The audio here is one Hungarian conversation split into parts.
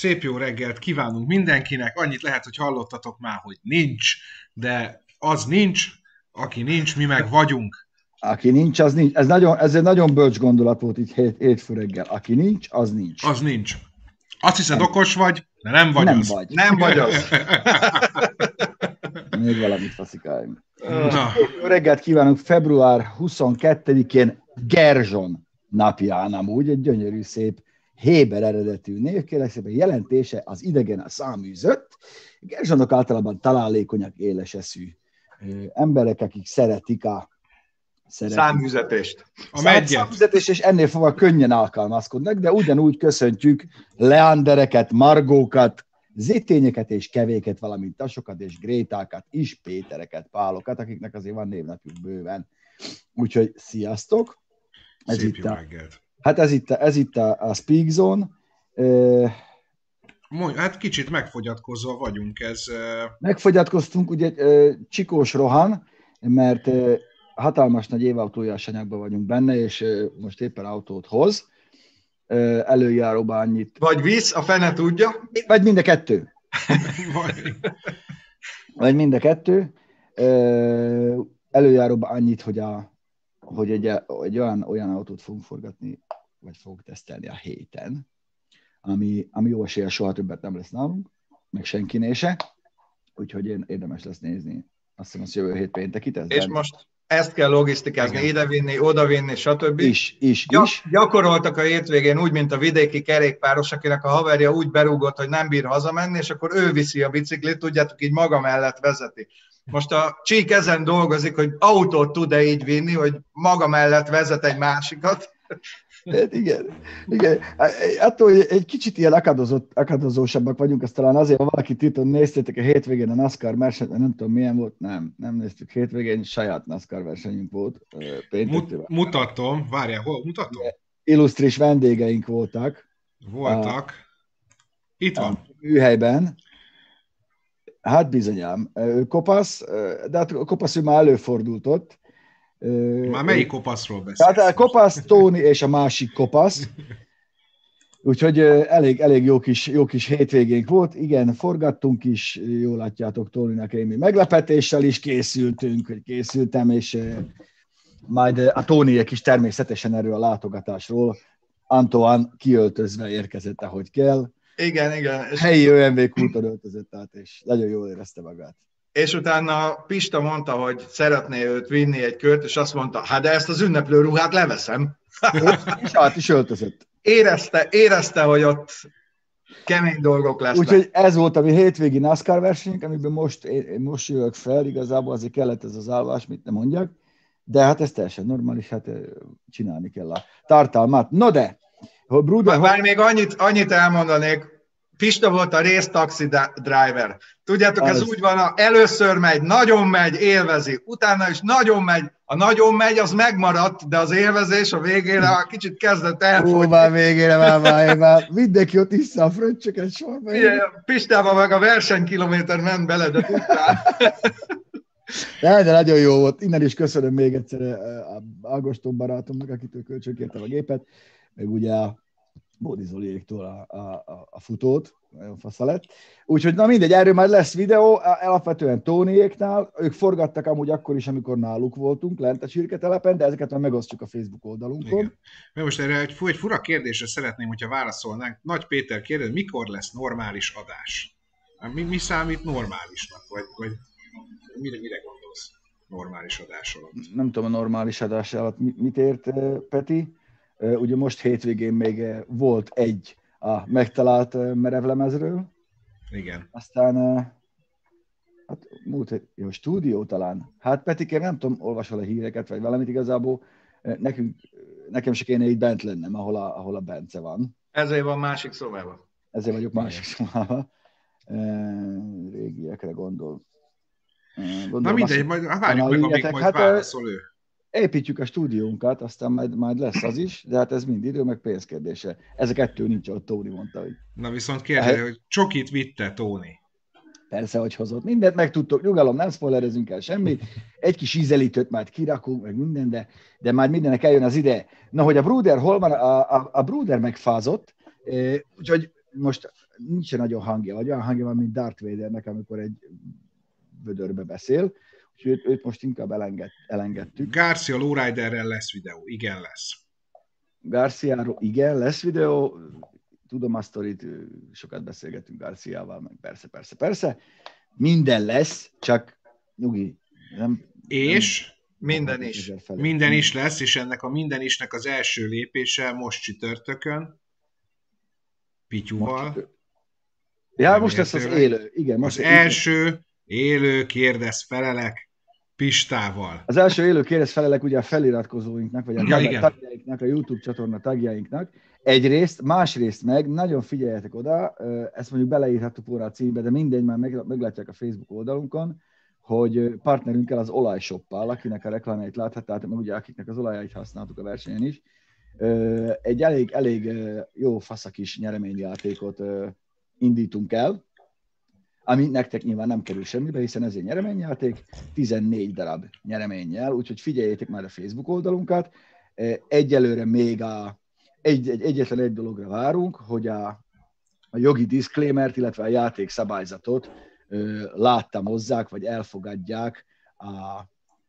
Szép jó reggelt kívánunk mindenkinek. Annyit lehet, hogy hallottatok már, hogy nincs, de az nincs, aki nincs, mi meg vagyunk. Aki nincs, az nincs. Ez egy nagyon bölcs gondolat volt így hétfő reggel. Aki nincs, az nincs. Az nincs. Azt hiszed okos vagy, de nem vagy nem az. Vagy. Nem vagy az. Még valamit faszikáljunk. Jó reggelt kívánunk február 22-én Gerzson napján, amúgy egy gyönyörű szép héber eredetű név, kérlek szépen jelentése az idegen a száműzött. Gerzsonok általában találékonyak, éles eszű emberek, akik szeretik száműzetést. A meggyet. Száműzetést, és ennél fogva könnyen alkalmazkodnak, de ugyanúgy köszöntjük Leandereket, Margókat, Zitényeket és Kevéket, valamint Tasokat és Grétákat is, Pétereket, Pálokat, akiknek azért van névnapjuk bőven. Úgyhogy sziasztok! Szép jó reggelt. Hát ez itt a Speak Zone. Hát kicsit megfogyatkozva vagyunk. Megfogyatkoztunk, ugye Csikós rohan, mert hatalmas nagy évautójás anyagban vagyunk benne, és most éppen autót hoz. Előjáróban annyit. Vagy visz, a fene tudja. Vagy mind a kettő. Vagy mind a kettő. Előjáróban annyit, hogy egy olyan autót fogunk forgatni, vagy fogunk tesztelni a héten, ami jó eséllyel soha többet nem lesz nálunk, meg senkiné se. Úgyhogy érdemes lesz nézni. Azt hiszem, az jövő hét péntekit. És most ezt kell logisztikázni, idevinni, odavinni, stb. Is. Gyakoroltak a hétvégén úgy, mint a vidéki kerékpáros, akinek a haverja úgy berúgott, hogy nem bír hazamenni, és akkor ő viszi a biciklit, tudjátok, így maga mellett vezeti. Most a Csík ezen dolgozik, hogy autót tud-e így vinni, hogy maga mellett vezet egy másikat. Hát igen. Attól, hogy egy kicsit ilyen akadozósabbak vagyunk, azt talán azért, ha valaki titon néztétek a hétvégén a NASCAR versenyt, nem tudom milyen volt, nem néztük hétvégén, saját NASCAR versenyünk volt. Mutatom, várjál, hol mutatom? Illusztris vendégeink voltak. Itt van. A műhelyben. Hát bizonyám. Kopasz, de hát Kopasz ő már előfordult ott. Már melyik kopaszról beszélsz? Tehát a kopasz, Tóni és a másik kopasz. Úgyhogy elég jó kis hétvégénk volt. Igen, forgattunk is, jól látjátok, Tóninak én mi meglepetéssel is készültem, és majd a Tóniek is természetesen erről a látogatásról. Antoine kiöltözve érkezett, ahogy kell. Igen. Helyi ÖMV úton öltözött át, és nagyon jól érezte magát. És utána Pista mondta, hogy szeretné őt vinni egy kört, és azt mondta, hát de ezt az ünneplő ruhát leveszem. És át is öltözött. Érezte, hogy ott kemény dolgok lesznek. Úgyhogy ez volt a mi hétvégi NASCAR versenyünk, amiben most jövök fel, igazából azért kellett ez az állás, mit nem mondjak, de hát ez teljesen normális, hát csinálni kell a tartalmat. No de, Bár még annyit elmondanék, Pista volt a résztaxi driver. Tudjátok, ez úgy van, először megy, nagyon megy, élvezi, utána is nagyon megy, a nagyon megy, az megmaradt, de az élvezés a végére kicsit kezdett elfogyni. Már végére már mindenki ott iszza a fröccsöket sorba. Pistában meg a versenykilométer ment bele, de tudtál. De nagyon jó volt. Innen is köszönöm még egyszer Ágoston barátomnak, akitől kölcsönkértem a gépet, meg ugye a Bódi Zoliéktól a futót, nagyon fasza lett. Úgyhogy na mindegy, erről már lesz videó, alapvetően Tóniéknál, ők forgattak amúgy akkor is, amikor náluk voltunk, lent a csirketelepen, de ezeket már megosztjuk a Facebook oldalunkon. Igen. Most erre egy fura kérdésre szeretném, hogyha válaszolnánk. Nagy Péter kérdez, mikor lesz normális adás? Mi számít normálisnak? Vagy mire gondolsz normális adás alatt? Nem tudom a normális adás alatt mit ért, Peti. Ugye most hétvégén még volt egy a megtalált merevlemezről. Igen. Aztán hát jó stúdió talán. Hát Petikém, nem tudom, olvasol a híreket, vagy valamit igazából. Nekem se kéne így bent lennem, ahol a Bence van. Ezért van másik szobában. Ezért vagyok másik szobában. Régiekre gondol. Na mindegy, majd várjuk meg, amíg majd válaszol ő. Építjük a stúdiónkat, aztán majd lesz az is, de hát ez mind idő, meg pénzkérdése. Ez a kettő nincs, ahogy Tóni mondta. Hogy... Na viszont kérdezi, hogy csokit vitte Tóni. Persze, hogy hozott. Mindent megtudtok, nyugalom, nem spoilerezünk el semmi. Egy kis ízelítőt majd kirakunk, meg minden, de már mindennek eljön az ide. Na, hogy a Bruder hol van? A Bruder megfázott, úgyhogy most nincsen nagyon hangja, vagy olyan hangja van, mint Darth Vadernek, amikor egy vödörbe beszél, úgyhogy őt most inkább elengedtük. Garcia Lowriderrel lesz videó, igen lesz. Garciáról, igen, lesz videó, tudom a sztorit, sokat beszélgetünk Garciával, meg persze. Minden lesz, csak nyugi. És minden is lesz, és ennek a minden isnek az első lépése most csütörtökön, Pityúval. Most lesz az élő. Igen, most az első élő kérdez-felelek Pistával. Az első élő kérdez-felelek ugye a feliratkozóinknak, vagy a tagjainknak, a YouTube csatorna tagjainknak. Egyrészt, másrészt meg, nagyon figyeljetek oda, ezt mondjuk beleírhattuk volna a címbe, de mindegy, már meglátják a Facebook oldalunkon, hogy partnerünkkel, az Olajshoppal, akinek a reklámjait láthattátok, meg ugye akiknek az olajait használtuk a versenyen is, egy elég jó faszakis nyereményjátékot indítunk el, ami nektek nyilván nem kerül semmibe, hiszen ez egy nyereményjáték, 14 darab nyereménnyel, úgyhogy figyeljétek már a Facebook oldalunkat. Egyelőre még egyetlen egy dologra várunk, hogy a jogi disclaimert, illetve a játék szabályzatot láttam hozzák, vagy elfogadják a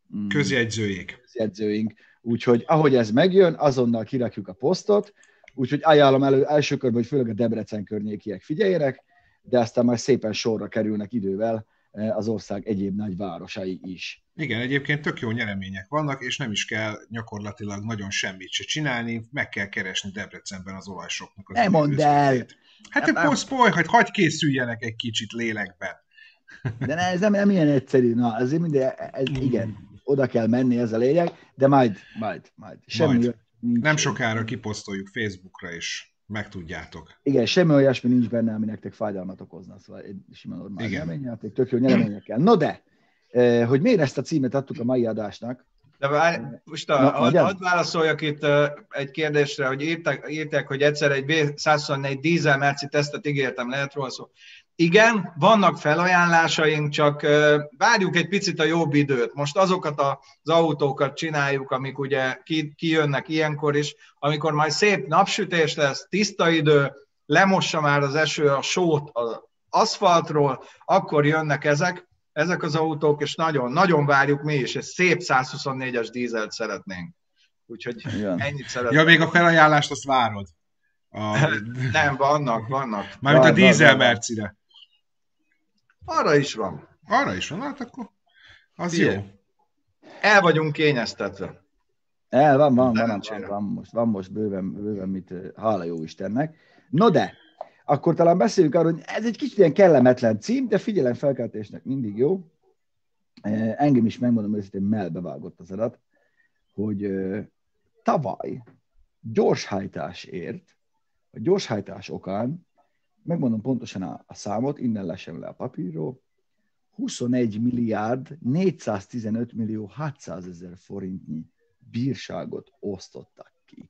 közjegyzőink. Úgyhogy ahogy ez megjön, azonnal kirakjuk a posztot, úgyhogy ajánlom első körben, hogy főleg a Debrecen környékiek figyeljenek, de aztán már szépen sorra kerülnek idővel az ország egyéb nagy városai is. Igen, egyébként tök jó nyeremények vannak, és nem is kell gyakorlatilag nagyon semmit se csinálni, meg kell keresni Debrecenben az olajshopnak az nem mondd el! Hát akkor hagyj készüljenek egy kicsit lélekben. De ez nem ilyen egyszerű, na, azért igen, oda kell menni, ez a lényeg, de majd. Semmi nem sokára kiposztoljuk Facebookra, és megtudjátok. Igen, semmi olyasmi nincs benne, ami nektek fájdalmat okozna, szóval egy sima normál nyereményjáték, tök jó nyereményekkel. No de, hogy miért ezt a címet adtuk a mai adásnak? De most hadd válaszoljak itt egy kérdésre, hogy írták, hogy egyszer egy B124 dízel merci tesztet ígértem, lehet róla szó. Igen, vannak felajánlásaink, csak várjuk egy picit a jobb időt. Most azokat az autókat csináljuk, amik ugye kijönnek ilyenkor is, amikor majd szép napsütés lesz, tiszta idő, lemossa már az eső a sót az aszfaltról, akkor jönnek ezek az autók, és nagyon, nagyon várjuk mi is, egy szép 124-es dízelt szeretnénk. Úgyhogy ennyit szeretnénk. Ja, még a felajánlást azt várod. Nem, vannak. Mármint a dízel mercire. Arra is van, hát akkor az jó. El vagyunk kényeztetve. Van most bőven mit, hála jó Istennek. No de, akkor talán beszéljünk arról, hogy ez egy kicsit ilyen kellemetlen cím, de figyelemfelkeltésnek mindig jó. Engem is megmondom őszintén melbevágott az adat, hogy tavaly gyorshajtásért, a gyorshajtás okán, megmondom pontosan a számot, innen lesem le a papírról, 21 milliárd 415 millió 600 000 forintnyi bírságot osztottak ki.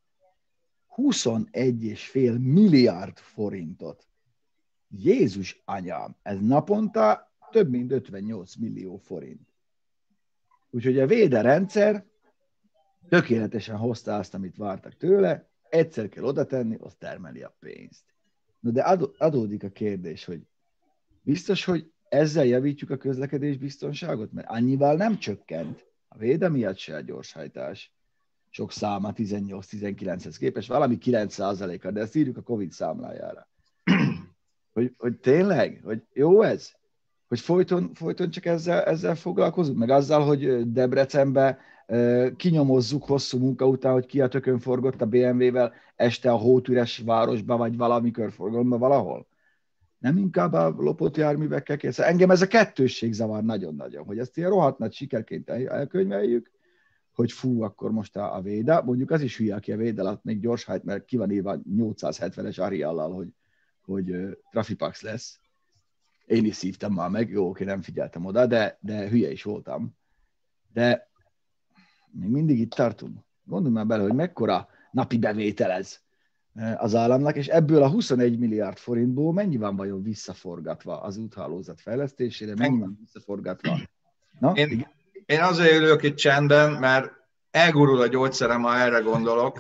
21,5 milliárd forintot. Jézus anyám, ez naponta több mint 58 millió forint. Úgyhogy a véderendszer tökéletesen hozta azt, amit vártak tőle, egyszer kell oda tenni, az termeli a pénzt. No, de adódik a kérdés, hogy biztos, hogy ezzel javítjuk a közlekedés biztonságot? Mert annyival nem csökkent. A véde miatt se a gyorshajtás. Sok száma 18-19-hez képest, valami 9%-a, de ezt írjuk a Covid számlájára. Hogy tényleg? Hogy jó ez? Hogy folyton csak ezzel foglalkozunk? Meg azzal, hogy Debrecenbe kinyomozzuk hosszú munka után, hogy ki a tökön forgott a BMW-vel este a hótüres városba, vagy valami körforgalomba valahol? Nem inkább a lopott járművekkel kész? Engem ez a kettősség zavar nagyon-nagyon, hogy ezt ilyen rohadt nagy sikerként elkönyveljük, hogy fú, akkor most a Véda, mondjuk az is hülye, aki a Véda alatt még gyorshajt, mert ki van írva 870-es Ariallal, hogy Trafipax lesz. Én is szívtam már meg, jó, oké, nem figyeltem oda, de hülye is voltam. De még mindig itt tartunk. Gondolj már bele, hogy mekkora napi bevétel ez az államnak, és ebből a 21 milliárd forintból mennyi van vajon visszaforgatva az úthálózat fejlesztésére, mennyi van visszaforgatva? Na, én azért ülök itt csendben, mert elgurul a gyógyszerem, ha erre gondolok.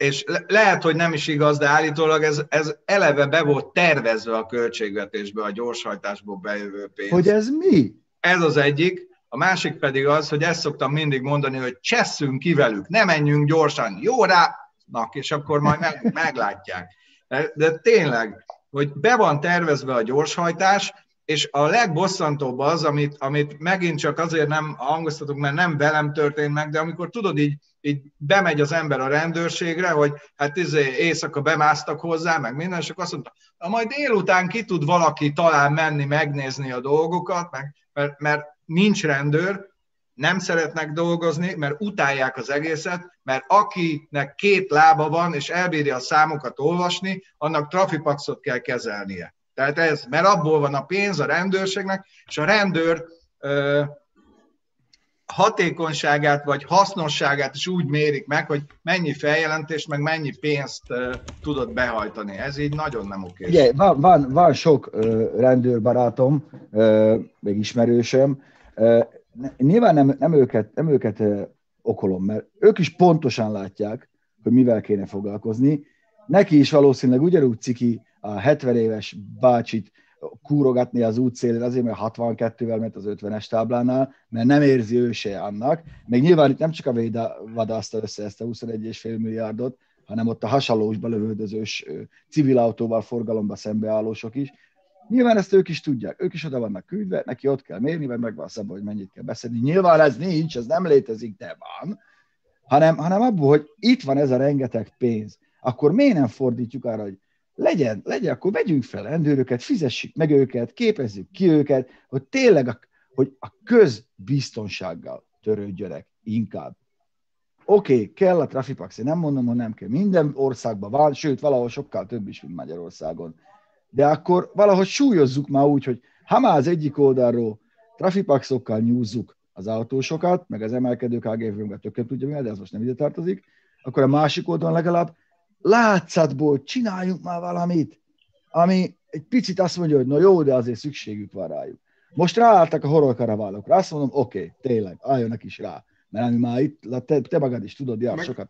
és lehet, hogy nem is igaz, de állítólag ez eleve be volt tervezve a költségvetésbe, a gyorshajtásból bejövő pénz. Hogy ez mi? Ez az egyik. A másik pedig az, hogy ezt szoktam mindig mondani, hogy csesszünk ki velük, ne menjünk gyorsan, jó rának, és akkor majd meglátják. De tényleg, hogy be van tervezve a gyorshajtás, és a legbosszantóbb az, amit megint csak azért nem hangoztatok, mert nem velem történt meg, de amikor tudod, így bemegy az ember a rendőrségre, hogy hát éjszaka bemásztak hozzá, meg minden, és akkor azt mondta, majd délután ki tud valaki talán menni, megnézni a dolgokat, mert nincs rendőr, nem szeretnek dolgozni, mert utálják az egészet, mert akinek 2 lába van, és elbírja a számokat olvasni, annak trafipaxot kell kezelnie. Tehát ez, mert abból van a pénz a rendőrségnek, és a rendőr hatékonyságát vagy hasznosságát is úgy mérik meg, hogy mennyi feljelentést, meg mennyi pénzt tudod behajtani. Ez így nagyon nem oké. Ugye, van sok rendőrbarátom, meg ismerősöm. Nyilván nem őket okolom, mert ők is pontosan látják, hogy mivel kéne foglalkozni. Neki is valószínűleg ugyanúgy ciki a 70 éves bácsit kúrogatni az útszélén, azért, mert 62-vel ment az 50-es táblánál, mert nem érzi ő se annak. Még nyilván itt nem csak a Véda vadázta össze ezt a 21,5 milliárdot, hanem ott a hasonlósba lövöldözős civil autóval forgalomba szembeállósok is. Nyilván ezt ők is tudják, ők is oda vannak küldve, neki ott kell mérni, vagy meg van szabva, hogy mennyit kell beszedni. Nyilván ez nincs, ez nem létezik, de van, hanem abból, hogy itt van ez a rengeteg pénz. Akkor miért nem fordítjuk arra, hogy legyen, akkor vegyünk fel rendőröket, fizessük meg őket, képezzük ki őket, hogy tényleg hogy a közbiztonsággal törődjönek inkább. Oké, kell a trafipax, én nem mondom, hogy nem kell. Minden országban van, sőt, valahol sokkal több is, mint Magyarországon. De akkor valahogy súlyozzuk már úgy, hogy ha már az egyik oldalról trafipaxokkal nyúzzuk az autósokat, meg az emelkedő KGV-nket tökéletesen tudja mivel, de ez most nem ide tartozik, akkor a másik oldalon legalább látszatból csináljunk már valamit, ami egy picit azt mondja, hogy na jó, de azért szükségük van rájuk. Most ráálltak a horrorkaravánokra, azt mondom, oké, tényleg, álljanak is rá, mert ami már itt, te magad is tudod, jár sokat.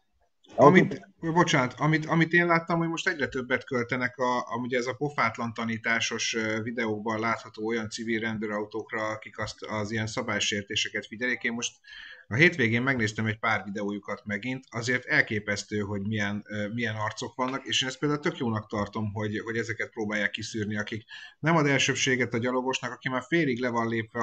Amit én láttam, hogy most egyre többet költenek ugye ez a pofátlan tanításos videókban látható olyan civil rendőrautókra, akik az ilyen szabálysértéseket figyelik. Én most a hétvégén megnéztem egy pár videójukat megint, azért elképesztő, hogy milyen arcok vannak, és én ezt például tök jónak tartom, hogy ezeket próbálják kiszűrni, akik nem ad elsőbséget a gyalogosnak, aki már félig le van lépve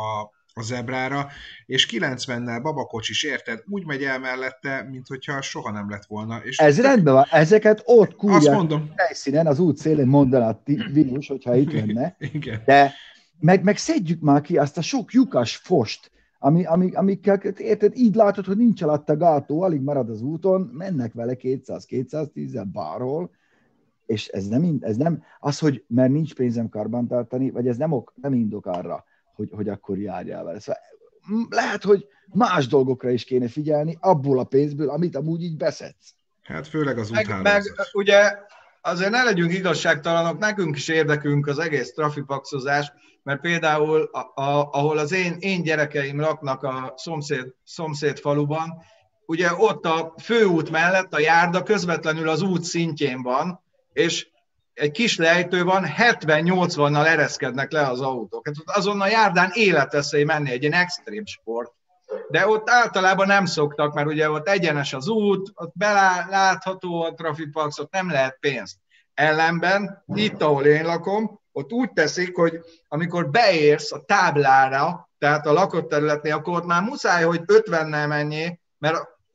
a zebrára, és 90-nel babakocsis, érted? Úgy megy el mellette, mint hogyha soha nem lett volna. És ez rendben van, ezeket ott kúrják a helyszínen, az út szélén mondaná Vinus, hogyha itt lenne. Igen. De meg szedjük már ki azt a sok lyukas fost, amikkel, érted, így látod, hogy nincs alatta gátó, alig marad az úton, mennek vele 200-210-el bárhol, és ez nem az, hogy mert nincs pénzem karbantartani, vagy ez nem indok arra, hogy akkor járjál vele. Szóval lehet, hogy más dolgokra is kéne figyelni, abból a pénzből, amit amúgy így beszedsz. Hát főleg az úthálózat. Meg ugye azért ne legyünk igazságtalanok, nekünk is érdekünk az egész trafipaxozás, mert például ahol az én gyerekeim laknak a szomszéd faluban, ugye ott a főút mellett a járda közvetlenül az út szintjén van, és egy kis lejtő van, 70-80-nal ereszkednek le az autók. Hát azon a járdán életveszély menni, egy ilyen extrém sport. De ott általában nem szoktak, mert ugye ott egyenes az út, ott belátható a trafipax, ott nem lehet pénzt. Ellenben, itt ahol én lakom, ott úgy teszik, hogy amikor beérsz a táblára, tehát a lakott területnél, akkor ott már muszáj, hogy 50-nel menjél, mert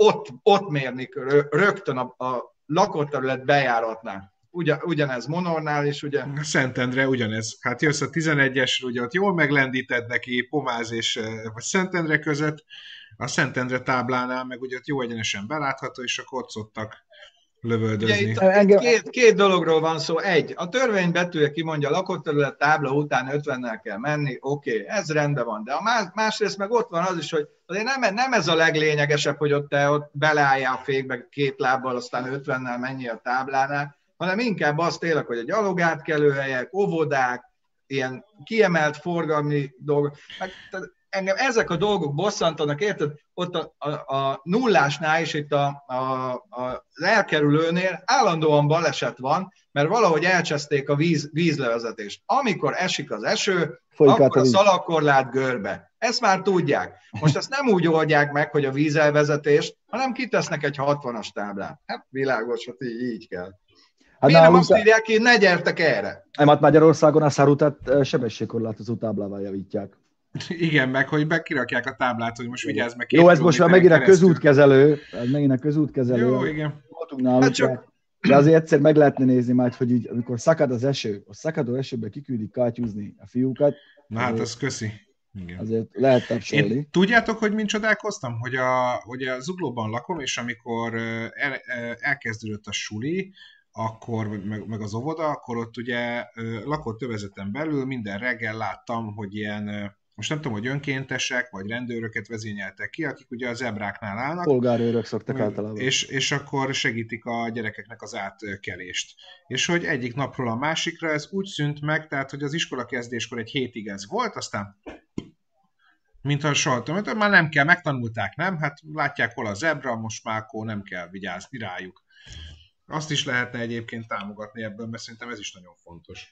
ott mérni rögtön a lakott terület bejáratnál. Ugyanez Monornál is, ugye? Szentendre ugyanez. Hát jössz a 11-esre, ugye ott jól meglendíted neki Pomáz és vagy Szentendre között, a Szentendre táblánál meg ugye ott jó egyenesen belátható, és akkor ott szoktak lövöldözni. Itt két dologról van szó. Egy, a törvény betűje kimondja, a lakott terület tábla után 50-nel kell menni, oké, ez rendben van. De a másrészt meg ott van az is, hogy azért nem ez a leglényegesebb, hogy te ott beleálljál a fékbe 2 lábbal, aztán 50-nel menjél a táblánál, hanem inkább az tényleg, hogy a gyalogátkelőhelyek, óvodák, ilyen kiemelt forgalmi dolgok. engem ezek a dolgok bosszantanak, érted? Ott a nullásnál és itt az elkerülőnél állandóan baleset van, mert valahogy elcseszték a vízlevezetést. Amikor esik az eső, akkor a szalagkorlát görbe. Ezt már tudják. Most ezt nem úgy oldják meg, hogy a vízelvezetést, hanem kitesznek egy 60-as táblát. Hát világos, hogy így kell. Hát miért nem azt írják ki, ne gyertek erre? Hát Magyarországon a szárutát sebességkorlátozó táblával javítják. Igen, meg hogy kirakják a táblát, hogy most vigyázz meg. Jó, ez most már megint a közútkezelő. Jó, igen. Voltunk nálunk, de azért egyszer meg lehetne nézni majd, hogy így, amikor szakad az eső, a szakadó esőben kiküldik kátyúzni a fiúkat. Na hát, az köszi. Igen. Azért lehet tapsolni. Tudjátok, hogy mint csodálkoztam? Hogy a Zuglóban lakom, és amikor elkezdődött a suli, akkor, meg az óvoda, akkor ott ugye lakótövezeten belül minden reggel láttam, hogy ilyen, most nem tudom, hogy önkéntesek, vagy rendőröket vezényeltek ki, akik ugye a zebráknál állnak. Polgárőrök szoktak általában. És akkor segítik a gyerekeknek az átkelést. És hogy egyik napról a másikra ez úgy szűnt meg, tehát hogy az iskola kezdéskor egy hétig ez volt, aztán mintha soha, már nem kell, megtanulták, nem? Hát látják, hol a zebra, most már akkor nem kell vigyázni rájuk. Azt is lehetne egyébként támogatni ebből, mert szerintem ez is nagyon fontos.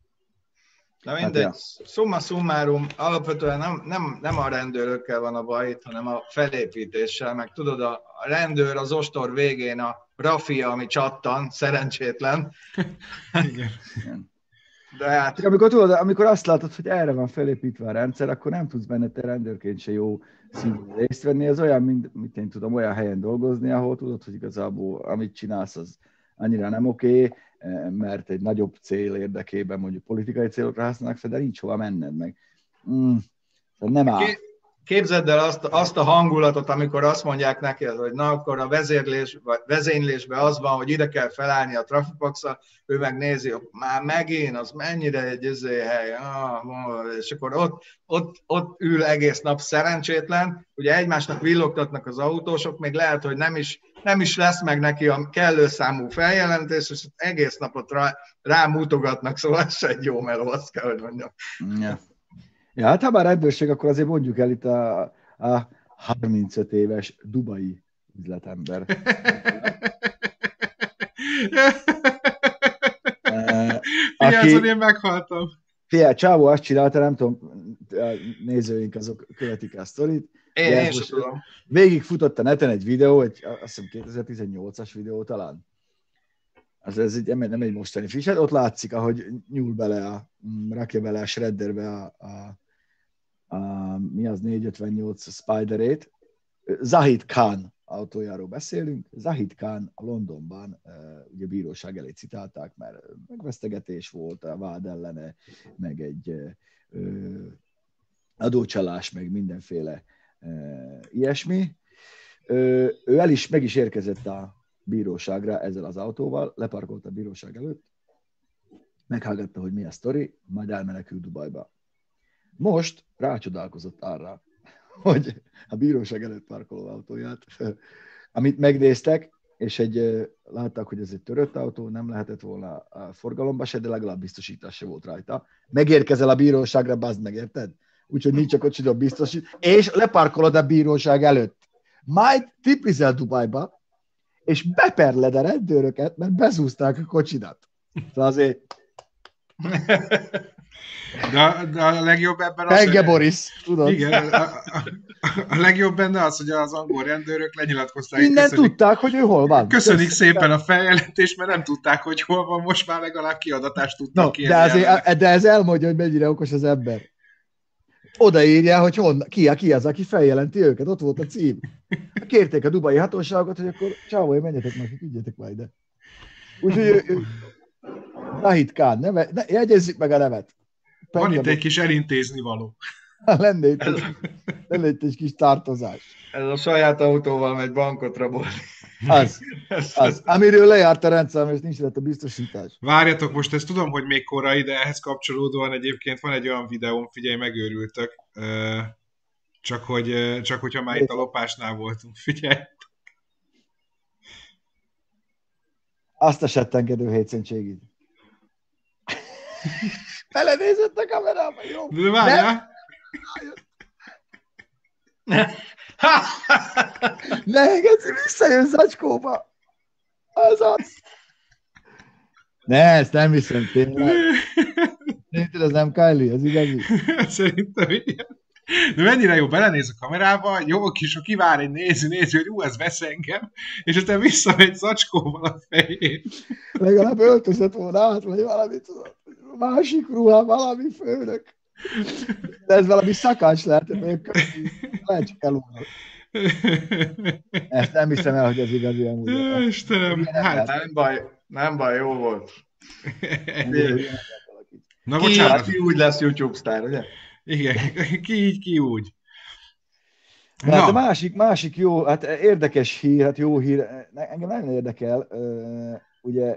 Na mindegy, hát, summa summarum, alapvetően nem a rendőrökkel van a baj, hanem a felépítéssel, meg tudod, a rendőr az ostor végén a rafia, ami csattan, szerencsétlen. Igen. De hát... amikor azt látod, hogy erre van felépítve a rendszer, akkor nem tudsz benne te rendőrként se jó színűen részt venni. Ez olyan, mint én tudom, olyan helyen dolgozni, ahol tudod, hogy igazából amit csinálsz, az annyira nem oké, mert egy nagyobb cél érdekében mondjuk politikai célokra használnak fel, de nincs hova menned meg. Nem áll. Képzeld el azt a hangulatot, amikor azt mondják neki, hogy na akkor a vezénylésben az van, hogy ide kell felállni a trafipax-szal, ő megnézi, hogy már megint, az mennyire egy hely, és akkor ott ül egész nap szerencsétlen, ugye egymásnak villogtatnak az autósok, még lehet, hogy nem is lesz meg neki a kellő számú feljelentés, és egész napot rámutogatnak, szóval ez se egy jó meló, azt kell, hogy mondjam. Yeah. Ja, hát ha már rendőrség, akkor azért mondjuk el itt a 35 éves dubai üzletember. Figyelj, én meghaltam. Figyelj, csávó azt csinálta, nem tudom, nézőink azok követik a sztorit. Én sem tudom. Végig futott a neten egy videó, azt hiszem 2018-as videó talán. Ez nem egy mostani friss, ott látszik, ahogy nyúl bele, rakja bele a shredderbe mi az 458 Spider-ét. Zahid Khan autójáról beszélünk. Zahid Khan Londonban ugye bíróság elé citálták, mert megvesztegetés volt a vád ellene, meg egy adócsalás, meg mindenféle ilyesmi. Ő meg is érkezett a bíróságra ezzel az autóval, leparkolt a bíróság előtt, meghallgatta, hogy mi a sztori, majd elmenekült Dubajba. Most rácsodálkozott arra, hogy a bíróság előtt parkoló autóját, amit megnéztek, és látták, hogy ez egy törött autó, nem lehetett volna a forgalomba se, de legalább biztosítás se volt rajta. Megérkezel a bíróságra, bazd meg, érted? Úgyhogy nincs a kocsidon biztosít, és leparkolod a bíróság előtt. Majd tipizel Dubajba, és beperled a rendőröket, mert bezúzták a kocsidat. Szóval azért... De a legjobb ebben az... Penge Boris, tudod? Igen, a legjobb benne az, hogy az angol rendőrök lenyilatkozták. Minden tudták, hogy ő hol van. Köszönjük szépen a feljelentést, mert nem tudták, hogy hol van, most már legalább kiadatást tudtak kérni. De ez elmondja, hogy mennyire okos az ember. Odaírja, hogy ki az, aki feljelenti őket. Ott volt a cím. Kérték a dubai hatóságot, hogy akkor csávói, menjetek meg, ügyetek majd ide. Úgyhogy Zahid Khan, jegyezzük meg a nevet. Van itt egy kis elintézni való. Lenne itt egy kis tartozás. Ez a saját autóval megy bankot rabolni. Az. Amiről lejárt a rendszer, és nincs lett a biztosítás. Várjatok, most ezt tudom, hogy még korai, de ehhez kapcsolódóan egyébként van egy olyan videóm, figyelj, megőrültök. Csak hogyha már itt a lopásnál voltunk, figyelj. Azt a settengedő hétszentségig. Belenézett a kamerába, jó? De várjál! Ne, Geci, visszajön zacskóba! Az az! Ne, ezt nem hiszem, tényleg. Szerinted ez nem Kylie, ez igazi? Szerintem igen. De mennyire jó, belenéz a kamerába, jó kis, kivár egy nézi, hogy ez vesz engem, és aztán visszamegy zacskóval a fején. Legalább öltözött volna át, vagy valami, tudod, másik ruha, valami főnök. De ez valami szakács lehetett, még lehet csak elúrni. Ezt nem hiszem el, hogy ez igazi amúgy. Istenem, hát... Nem baj, jó volt. Na, bocsánat. Ki úgy lesz YouTube sztár, ugye? Igen, ki így, ki úgy. Hát a másik jó, hát érdekes hír, hát jó hír, engem nagyon érdekel, ugye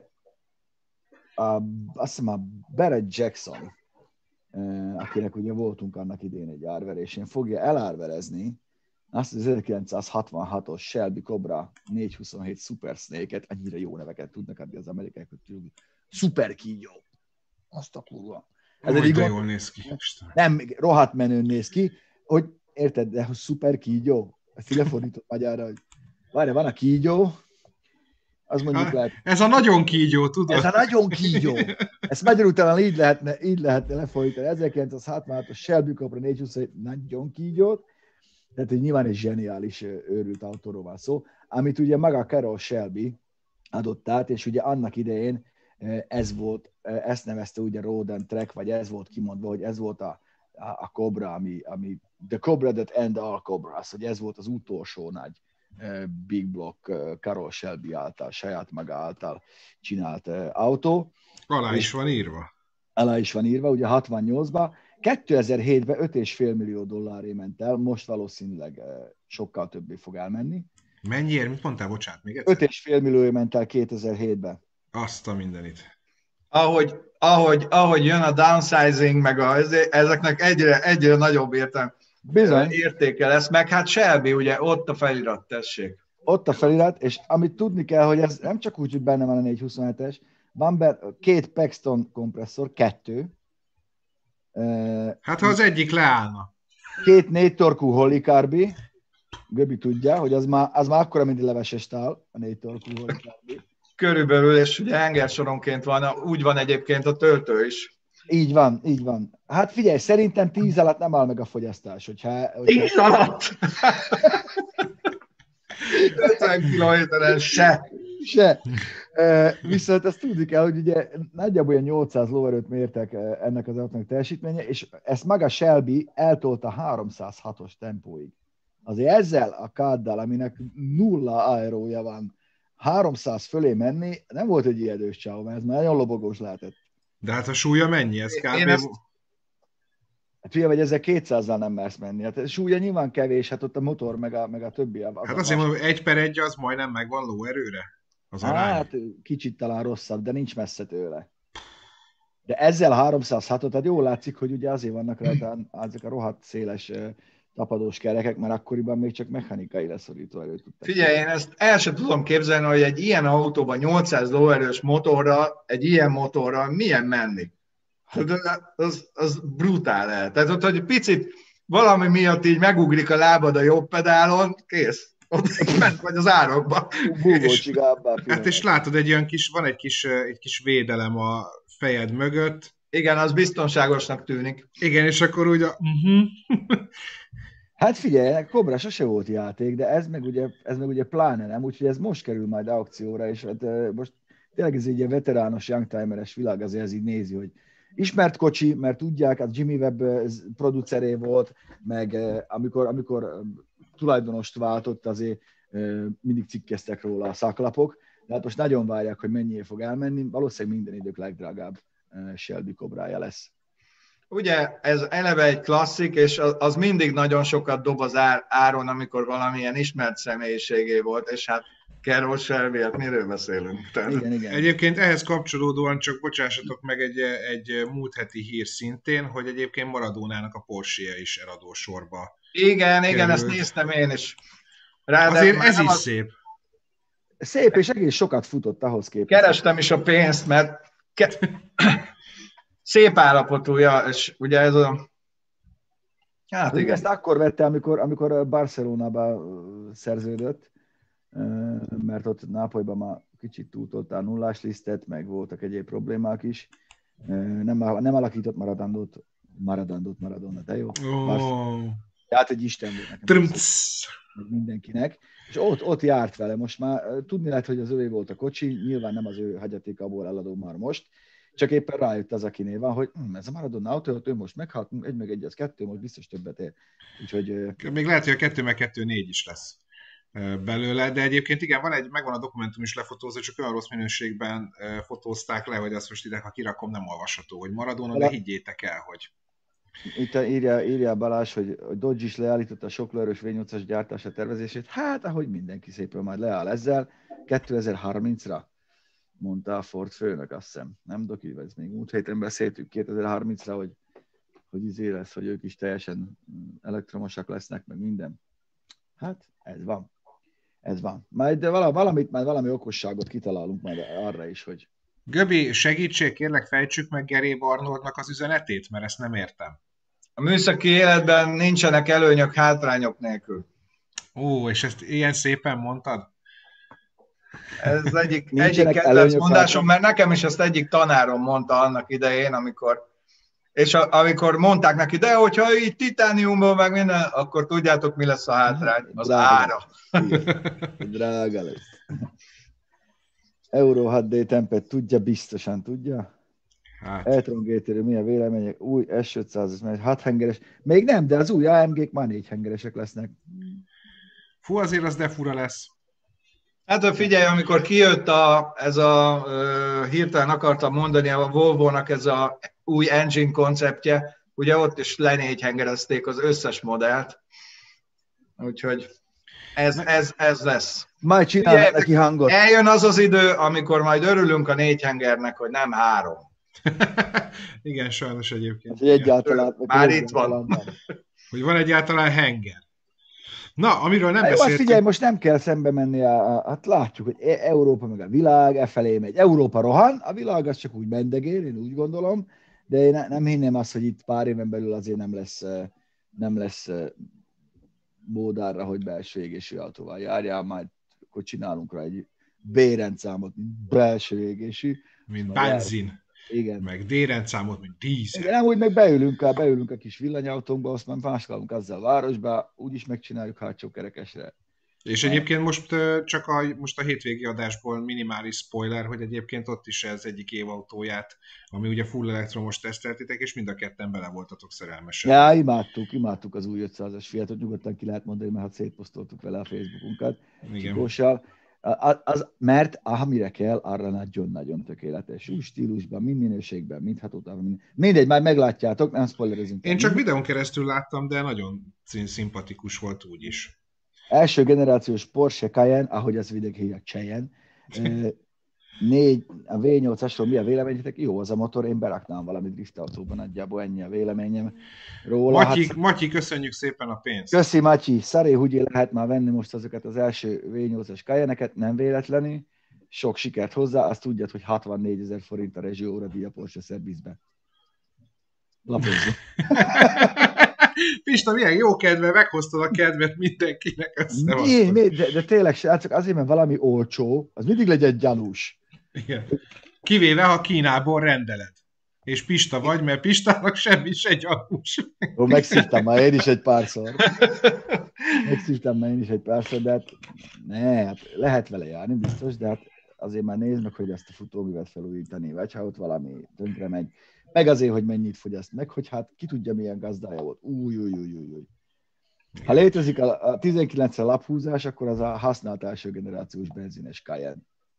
azt hiszem a Barrett Jackson, akinek ugye voltunk annak idén egy árverésén, fogja elárverezni azt az 1966-os Shelby Cobra 427 Super Snake-et, annyira jó neveket tudnak adni az amerikaiak, hogy Super kígyó. Azt a kurva. Ez egy jól néz ki. Nem, rohadt menőn néz ki, hogy érted, de hogy szuper kígyó? Ezt így lefordított magyarra, hogy várja, van a kígyó, az mondjuk lehet... Ez a nagyon kígyó, tudod? Ez a nagyon kígyó. Ezt magyarul talán így lehetne lefordítani. 1966-os Shelby Cobra 427 nagyon kígyót, tehát hogy nyilván egy zseniális őrült autóról van szó, amit ugye maga Carroll Shelby adott át, és ugye annak idején ez volt, ezt nevezte ugye Road and Track, vagy ez volt kimondva, hogy ez volt a Cobra, ami the Cobra that end all Cobras, hogy ez volt az utolsó nagy Big Block Carroll Shelby által, saját maga által csinált autó. Alá is van írva. Alá is van írva, ugye 68-ban. 2007-ben $5,5 millió ment el, most valószínűleg sokkal többé fog elmenni. Mennyiért? Mit mondtál? Bocsánat, még egyszer? $5,5 millió ment el 2007-ben. Azt a mindenit. Ahogy jön a downsizing, meg ezeknek egyre nagyobb értéke lesz, meg hát Shelby, ugye ott a felirat, tessék. Ott a felirat, és amit tudni kell, hogy ez nem csak úgy, hogy benne van a 427-es, van benne 2 Paxton kompresszor, 2. Hát ha az egyik leállna. 2 4 torkú Holicarbi, Göbi tudja, hogy az már akkora, mint egy leveses tál, a 4 torkú Holicarbi. Körülbelül, és ugye hengersoronként van, úgy van egyébként a töltő is. Így van. Hát figyelj, szerintem 10 alatt nem áll meg a fogyasztás. 10 alatt? 50 kilométeren se. Viszont ezt tudni kell, hogy ugye nagyjából olyan 800 lóerőt mértek ennek az autónak teljesítménye, és ezt maga Shelby eltolta 306-os tempóig. Azért ezzel a káddal, aminek 0 aerója van, 300 fölé menni, nem volt egy ijedős csáó, mert ez már nagyon lobogós lehetett. De hát a súlya mennyi? Ez kb. Hát figyelj, vagy ezzel 200-zal nem mersz menni. Hát súlya nyilván kevés, hát ott a motor, meg a többi. Hát azért mondom, 1/1 az majdnem megvan lóerőre? Az arány. Hát kicsit talán rosszabb, de nincs messze tőle. De ezzel 306-ot, tehát jól látszik, hogy ugye azért vannak rá ezek a rohadt széles tapadós kerekek, mert akkoriban még csak mechanikai leszorító erőt tudtak. Figyelj, én ezt el sem tudom képzelni, hogy egy ilyen autóban 800 lóerős motorral, egy ilyen motorral milyen menni. Az brutál lehet. Tehát ott, hogy picit valami miatt így megugrik a lábad a jobb pedálon, kész. Ott ment vagy az árokba. Hát és látod, van egy kis védelem a fejed mögött. Igen, az biztonságosnak tűnik. Igen, és akkor úgy Hát figyelj, Cobra sose volt játék, de ez meg ugye pláne nem, úgyhogy ez most kerül majd aukcióra, és hát most tényleg ez egy veterános, youngtimeres világ, azért ez így nézi, hogy ismert kocsi, mert tudják, hát Jimmy Webb produceré volt, meg amikor tulajdonost váltott, azért mindig cikkeztek róla a szaklapok, de hát most nagyon várják, hogy mennyiért fog elmenni, valószínűleg minden idők legdrágább Shelby Cobrája lesz. Ugye ez eleve egy klasszik, és az mindig nagyon sokat dob az áron, amikor valamilyen ismert személyiségé volt, és hát Carroll Shelby, hát miről beszélünk? Igen. Egyébként ehhez kapcsolódóan csak bocsássatok meg egy múlt heti hír szintén, hogy egyébként Maradónának a Porsche-je is eladó sorba. Igen, ezt néztem én is. Azért ez is szép. Szép, és egész sokat futott ahhoz képest. Kerestem is a pénzt, mert szép állapotúja, és ugye Hát igen. Ezt akkor vette, amikor Barcelonába szerződött, mert ott Nápolyban már kicsit túltolta a nullás lisztet, meg voltak egyéb problémák is. Nem alakított Maradona, de jó. Tehát egy isten volt nekem. Mindenkinek. És ott járt vele. Most már tudni lehet, hogy az övé volt a kocsi, nyilván nem az ő hagyatékából eladó már most, csak éppen rájött az, akinél van, hogy ez a Maradona autó, ő most meghalt, 1 az 2, most biztos többet ér. Úgyhogy... Még lehet, hogy a 2x2 4 is lesz belőle, de egyébként igen, megvan a dokumentum is lefotózva, csak olyan rossz minőségben fotózták le, hogy azt most ide, ha kirakom, nem olvasható, hogy Maradona, de higgyétek el, hogy... Itt írja Balázs, hogy Dodge is leállította a sok lőrös V8-as gyártása tervezését. Hát, ahogy mindenki szépen majd leáll ezzel, 2030-ra, mondta a Ford főnök, azt hiszem. Nem doki, ez még múlt héten beszéltük 2030-ra, hogy izé lesz, hogy ők is teljesen elektromosak lesznek, meg minden. Hát, ez van. Ez van. Majd valami okosságot kitalálunk majd arra is, hogy... Göbi, segítség, kérlek fejtsük meg Geréb Arnoldnak az üzenetét, mert ezt nem értem. A műszaki életben nincsenek előnyök hátrányok nélkül. Ó, és ezt ilyen szépen mondtad? Ez egyik kedvenc mondásom, mert nekem is ezt egyik tanárom mondta annak idején, amikor mondták neki, de hogyha így titániumból meg minden, akkor tudjátok, mi lesz a hátrány? Az ára. Drága lesz. Euro 6D tempet tudja, biztosan tudja. Hát. E-tron GT-ről mi a vélemények? Új S500, 6 hengeres. Még nem, de az új AMG-k már 4 hengeresek lesznek. Fú, azért az de fura lesz. Hát figyelj, amikor kijött hirtelen akartam mondani, a Volvo-nak ez a új engine konceptje, ugye ott is le-4 hengerezték az összes modellt. Úgyhogy ez lesz. Majd csinálnak neki hangot. Eljön az idő, amikor majd örülünk a 4 hengernek, hogy nem 3. Igen, sajnos egyébként. Egyáltalán. Már itt van. Hogy van egyáltalán henger. Na, amiről nem beszéltünk. Figyelj, most nem kell szembe menni, hát látjuk, hogy Európa meg a világ felé megy. Európa rohan, a világ az csak úgy mendegél, én úgy gondolom, de én nem hinném azt, hogy itt pár éven belül azért nem lesz mód arra, hogy belső égésű autóval járjál, majd akkor csinálunk rá egy B-rendszámot, mint belső égésű. Mint benzin. Igen. Meg D-rendszámot, mint dízel. Igen, amúgy meg beülünk a kis villanyautónkba, azt már mászkálunk azzal a városba, úgyis megcsináljuk hátsó kerekesre. És egyébként most a hétvégi adásból minimális spoiler, hogy egyébként ott is ez egyik évautóját, ami ugye full elektromos teszteltétek, és mind a ketten bele voltatok szerelmesen. Ja, imádtuk az új 500-as Fiatot, nyugodtan ki lehet mondani, mert szétposztoltuk vele a Facebookunkat. Csikóssal. Mert amire kell, arra nagyon-nagyon tökéletes. Úgy stílusban, mind minőségben, mind hatótávban. Mindegy, már meglátjátok, nem spoilerezünk. Én csak videón keresztül láttam, de nagyon szimpatikus volt úgy is. Első generációs Porsche Cayenne, ahogy az vidék hívják Cayenne, a V8-asról mi a véleményetek? Jó az a motor, én beraknám valami driftautóban, nagyjából ennyi a véleményem róla. Matyi, köszönjük szépen a pénzt. Köszi, Matyi. Szaré, hogy lehet már venni most azokat az első V8-as Cayenne-eket, nem véletlenül. Sok sikert hozzá, azt tudjad, hogy 64 000 forint a rezsióra díj a Porsche Service-be. Lapozzunk. Pista, milyen jó kedve, meghoztad a kedvet mindenkinek. De tényleg, srácok, azért, mert valami olcsó, az mindig legyen gyanús. Igen. Kivéve, ha Kínából rendeled. És Pista vagy, mert Pistának semmi se gyanús. Megszívtam már én is egy párszor. De hát, hát lehet vele járni, biztos, de hát azért már nézd meg, hogy ezt a futóművet felújítani, vagy ha ott valami tönkre megy. Meg azért, hogy mennyit fogyaszt, meg hogy hát ki tudja, milyen gazdája volt. Új. Ha létezik a 19-re laphúzás, akkor az a használt első generációs benzines Cayenne.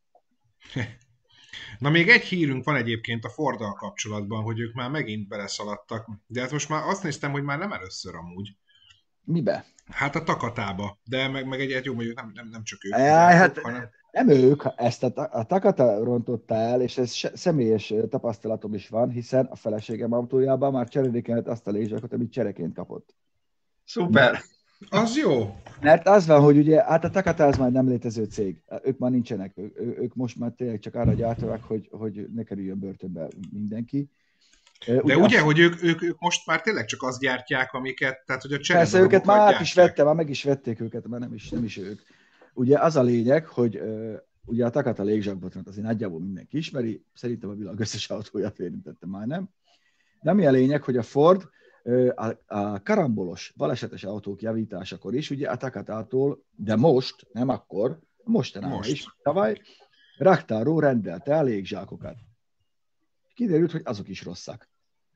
Na még egy hírünk van egyébként a Forddal kapcsolatban, hogy ők már megint beleszaladtak, de hát most már azt néztem, hogy már nem először amúgy. Mibe? Hát a Takatába, de meg egy jó, mondjuk nem csak ők. Hanem... Nem ők, ezt a Takata rontotta el, és ez személyes tapasztalatom is van, hiszen a feleségem autójában már cserélékenhet azt a lézsakot, amit csereként kapott. Szuper! Az jó! Mert az van, hogy ugye, hát a Takata az már nem létező cég. Ők már nincsenek. Ők most már tényleg csak arra gyártanak, hogy ne kerüljön börtönbe mindenki. De ugye, hogy ők most már tényleg csak azt gyártják, amiket, tehát hogy a persze őket már át is vettem, már meg is vették őket, már nem is ők. Ugye az a lényeg, hogy ugye a Takata légzsákbotrányt azért nagyjából mindenki ismeri, szerintem a világ összes autóját érintette majdnem. De ami a lényeg, hogy a Ford a karambolos, balesetes autók javításakor is, ugye a Takatától, de most, nem akkor, mostanában is, tavaly, raktáró rendelte el légzsákokat. Kiderült, hogy azok is rosszak.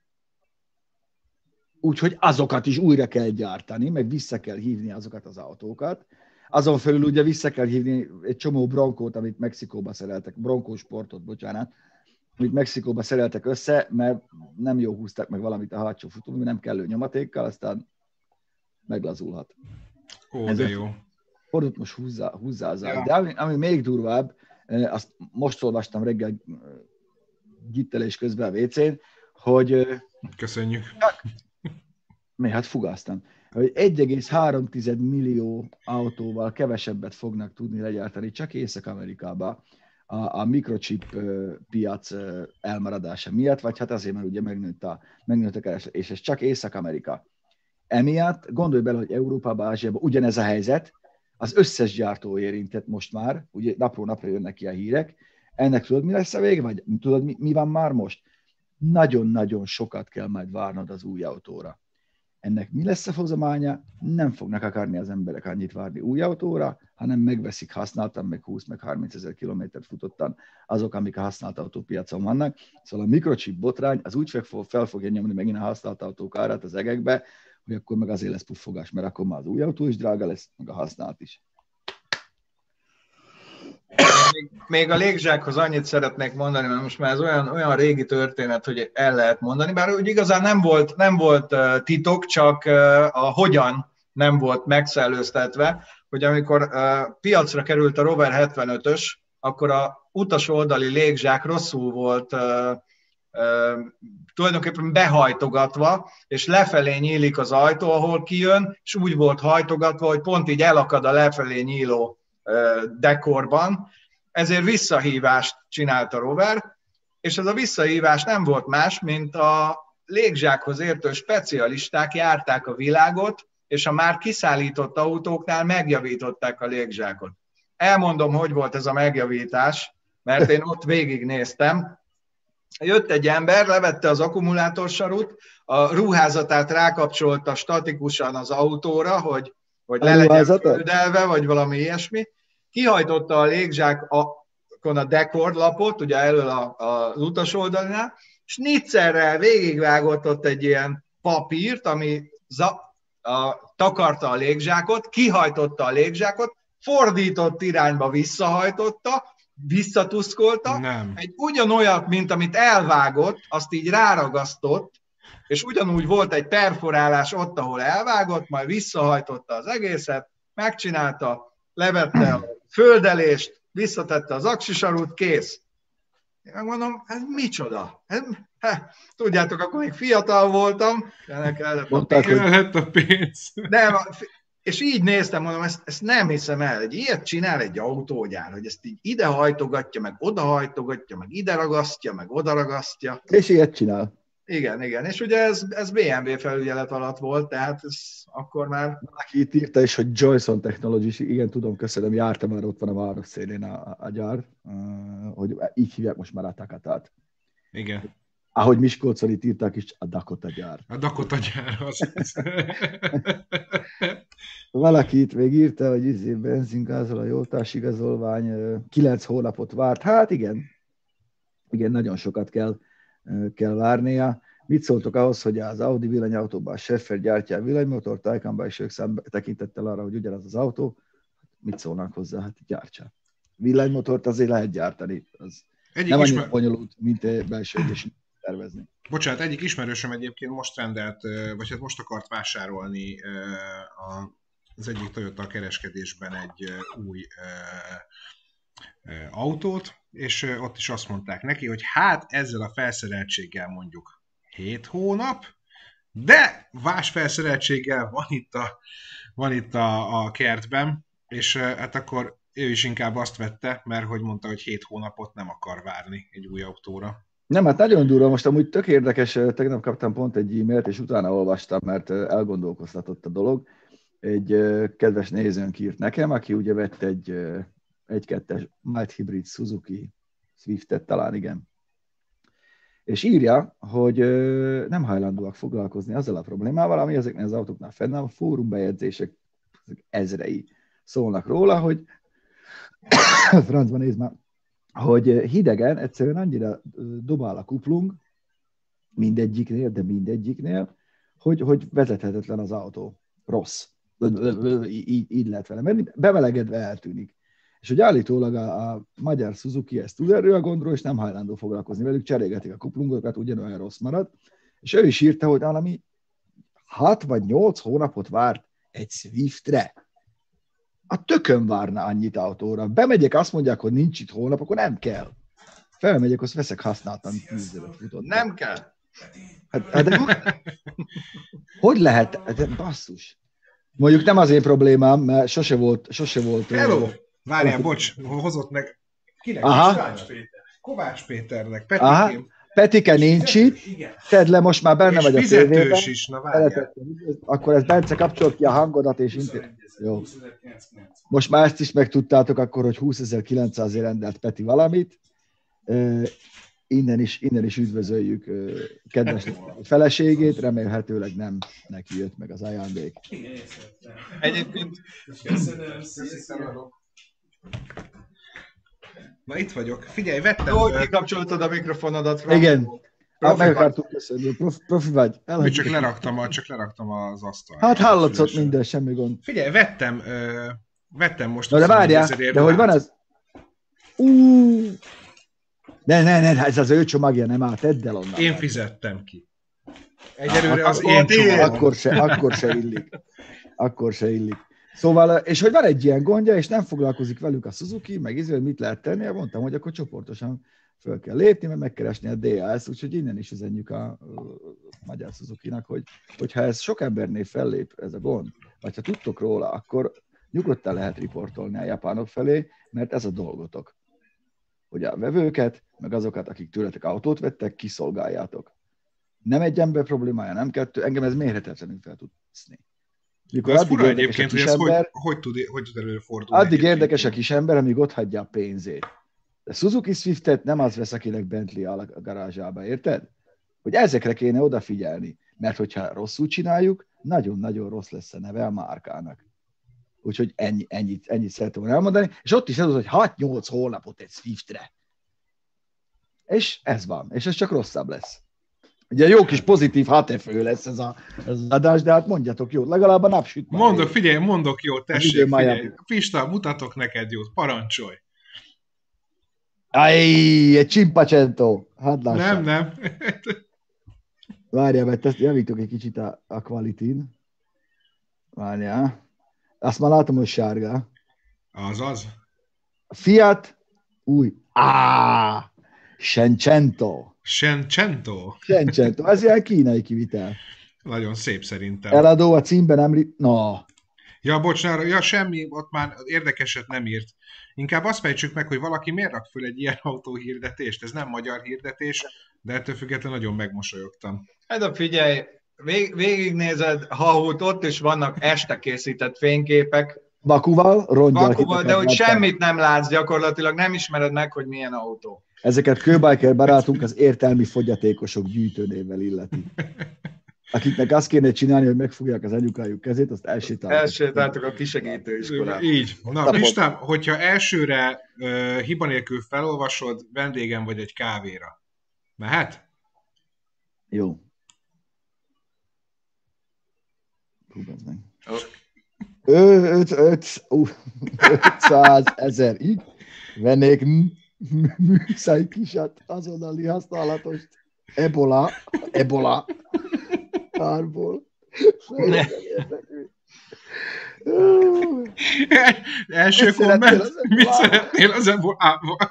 Úgyhogy azokat is újra kell gyártani, meg vissza kell hívni azokat az autókat. Azon felül ugye vissza kell hívni egy csomó Broncót, amit Mexikóba szereltek, Bronco sportot, bocsánat, amit Mexikóba szereltek össze, mert nem jó húzták meg valamit a hátsó futómű, nem kellő nyomatékkal, aztán meglazulhat. Ó, de jó. Fordult most húzzá az ja. De ami még durvább, azt most olvastam reggel gittelés közben a WC-n, hogy... Köszönjük. Hát fugáztam. Hogy 1,3 millió autóval kevesebbet fognak tudni legyártani csak Észak-Amerikába a mikrochip piac elmaradása miatt, vagy hát azért, mert ugye megnőtt a kereslet, és ez csak Észak-Amerika. Emiatt gondolj bele, hogy Európában, Ázsiában ugyanez a helyzet, az összes gyártó érintett most már, ugye napról napra jönnek ki a hírek, ennek tudod, mi lesz a vége, vagy tudod, mi van már most? Nagyon-nagyon sokat kell majd várnod az új autóra. Ennek mi lesz a hozománya? Nem fognak akarni az emberek annyit várni új autóra, hanem megveszik használtan, meg 20, meg 30 000 kilométert futottan azok, amik a használt autópiacon vannak. Szóval a mikrochip botrány az úgy fel fogja nyomni megint a használt autók árát az egekbe, hogy akkor meg azért lesz puffogás, mert akkor már az új autó is drága lesz, meg a használt is. Még a légzsákhoz annyit szeretnék mondani, mert most már ez olyan régi történet, hogy el lehet mondani, bár úgy igazán nem volt titok, csak a hogyan nem volt megszellőztetve, hogy amikor piacra került a Rover 75-ös, akkor a utas oldali légzsák rosszul volt tulajdonképpen behajtogatva, és lefelé nyílik az ajtó, ahol kijön, és úgy volt hajtogatva, hogy pont így elakad a lefelé nyíló dekorban, ezért visszahívást csinált a Rover, és ez a visszahívás nem volt más, mint a légzsákhoz értő specialisták járták a világot, és a már kiszállított autóknál megjavították a légzsákot. Elmondom, hogy volt ez a megjavítás, mert én ott végignéztem. Jött egy ember, levette az akkumulátorsarut, a ruházatát rákapcsolta statikusan az autóra, hogy le legyen földelve, vagy valami ilyesmi. Kihajtotta a légzsákon a dekordlapot, ugye elől az utas oldalinál, és nitszerrel végigvágott ott egy ilyen papírt, ami takarta a légzsákot, kihajtotta a légzsákot, fordított irányba visszahajtotta, visszatuszkolta, egy ugyanolyat, mint amit elvágott, azt így ráragasztott, és ugyanúgy volt egy perforálás ott, ahol elvágott, majd visszahajtotta az egészet, megcsinálta, levette a földelést, visszatette az aksisarút, kész. Én megmondom, ez micsoda? Tudjátok, akkor még fiatal voltam, ennek kellett a pénz. Nem, és így néztem, mondom, ezt nem hiszem el, egy ilyet csinál egy autógyár, hogy ezt így ide hajtogatja, meg oda hajtogatja, meg ide ragasztja, meg oda ragasztja. És ilyet csinál. Igen, és ugye ez BMW felügyelet alatt volt, tehát ez akkor már... Aki itt írta is, hogy Joyson Technologies, igen, tudom, köszönöm, jártam már, ott van a város szélén a gyár, hogy így hívják most már a Takatát. Igen. Ahogy Miskolcon itt írták is, a Dakota gyár. A Dakota gyár, az. Valaki itt még írta, hogy benzingázol, a jótársigazolvány 9 hónapot várt. Hát igen, nagyon sokat kell várnia. Mit szóltok ahhoz, hogy az Audi villanyautóban a Schaeffer gyártja a villanymotort, Taycanban is ők tekintettel arra, hogy ugyanaz az autó, mit szólnak hozzá? Hát gyártsa. Villanymotort azért lehet gyártani. Az nem annyira bonyolult, mint belső égésű tervezni. Bocsánat, egyik ismerősöm egyébként most rendelt, vagy hát most akart vásárolni az egyik Toyota kereskedésben egy új autót, és ott is azt mondták neki, hogy hát ezzel a felszereltséggel mondjuk 7 hónap, de vasfelszereltséggel van itt a kertben, és hát akkor ő is inkább azt vette, mert hogy mondta, hogy 7 hónapot nem akar várni egy új autóra. Nem, hát nagyon durva. Most amúgy tök érdekes, tegnap kaptam pont egy e-mailt, és utána olvastam, mert elgondolkoztatott a dolog. Egy kedves nézőnk írt nekem, aki ugye vett egy 1.2-es mild hybrid Suzuki Swiftet, talán igen. És írja, hogy nem hajlandóak foglalkozni azzal a problémával, ami ezeknél az autóknál fennáll, a fórumbejegyzések ezrei szólnak róla, hogy francban nézd már, hogy hidegen egyszerűen annyira dobál a kuplung mindegyiknél, hogy vezethetetlen az autó. Rossz. Így lehet vele menni. Bemelegedve eltűnik. És hogy állítólag a magyar Suzuki ezt tud erről a gondról, és nem hajlandó foglalkozni velük, cserélgetik a kuplungokat, ugyanolyan rossz marad. És ő is írta, hogy valami 6 vagy 8 hónapot várt egy Swiftre. A tökön várna annyit autóra. Bemegyek, azt mondják, hogy nincs itt hónap, akkor nem kell. Felmegyek, azt veszek használtan 10 futott. Nem kell. De hogy lehet? Basszus. Mondjuk nem az én problémám, mert sose volt. Hello! Várjál, bocs, hozott meg. Kinek? Kovács Péternek. Petikém. Petike nincs itt. Tedd le, most már benne vagy a tévében. Fizetős is, na várjál. Akkor ez Bence kapcsolt ki a hangodat, és jó. Most már ezt is megtudtátok akkor, hogy 20.900-ért rendelt Peti valamit. Innen is üdvözöljük kedves feleségét, remélhetőleg nem neki jött meg az ajándék. Egyébként... Na itt vagyok. Figyelj, vettem... Hogy kikapcsoltad a mikrofonodat? Igen. Meg akartuk köszönni. Profi vagy. Csak leraktam az asztalra. Hát hallatszott minden, semmi gond. Figyelj, vettem most... Na de várjál, de hogy van ez? Ne, ez az ő csomagja, nem áll, tedd el onnan. Én fizettem ki. Egyelőre az én csomagom. Akkor se illik. Szóval, és hogy van egy ilyen gondja, és nem foglalkozik velük a Suzuki, meg izé, mit lehet tenni, mondtam, hogy akkor csoportosan föl kell lépni, mert megkeresni a DAS, úgyhogy innen is üzenjük a magyar Suzuki-nak, hogy ha ez sok embernél fellép ez a gond, vagy ha tudtok róla, akkor nyugodtan lehet riportolni a japánok felé, mert ez a dolgotok. Hogy a vevőket, meg azokat, akik tőletek autót vettek, kiszolgáljátok. Nem egy ember problémája, nem kettő, engem ez mérhetetlenül fel tud veszni. Ez fura egyébként, hogy ez hogy tud előfordulni. Addig érdekes a kis ember, amíg ott hagyja a pénzét. De Suzuki Swiftet nem az vesz, akinek Bentley áll a garázsába, érted? Hogy ezekre kéne odafigyelni, mert hogyha rosszul csináljuk, nagyon-nagyon rossz lesz a neve a márkának. Úgyhogy ennyit szeretem volna elmondani. És ott is az, hogy 6-8 hónapot egy Swiftre. És ez van. És ez csak rosszabb lesz. Ugye jó kis pozitív hatefő lesz ez az adás, de hát mondjatok jót. Legalább a napsüt. Mondok jót, tessék, figyelj. Pista, mutatok neked jót, parancsolj. Egy Cimpacento. Hát lássam. Nem. Várjál, mert ezt javítok egy kicsit a quality-n. Várjál. Azt már látom, hogy sárga. Azaz. Fiat új. Cinquecento. Ez ilyen kínai kivitel. Nagyon szép szerintem. Eladó a címben nem... No. Ja, bocsánat, semmi, ott már érdekeset nem írt. Inkább azt fejtsük meg, hogy valaki miért rak föl egy ilyen autóhirdetést. Ez nem magyar hirdetés, de ettől függetlenül nagyon megmosolyogtam. Hát figyelj, végignézed, ott is vannak este készített fényképek. Bakuval, de hogy semmit nem látsz gyakorlatilag, nem ismered meg, hogy milyen autó. Ezeket Kőbiker barátunk az értelmi fogyatékosok gyűjtőnévvel illeti. Akiknek azt kéne csinálni, hogy megfogják az anyukájuk kezét, azt elsétáltak a kisegítőiskolában. Így. Na, Pistám, hogyha elsőre hiba nélkül felolvasod, vendégem vagy egy kávéra. Mehet? Jó. 500 000 így vennék műszai kisat, azonnali használatost. Ebola. Párból. Első komment, mit szeretnél az ebolával?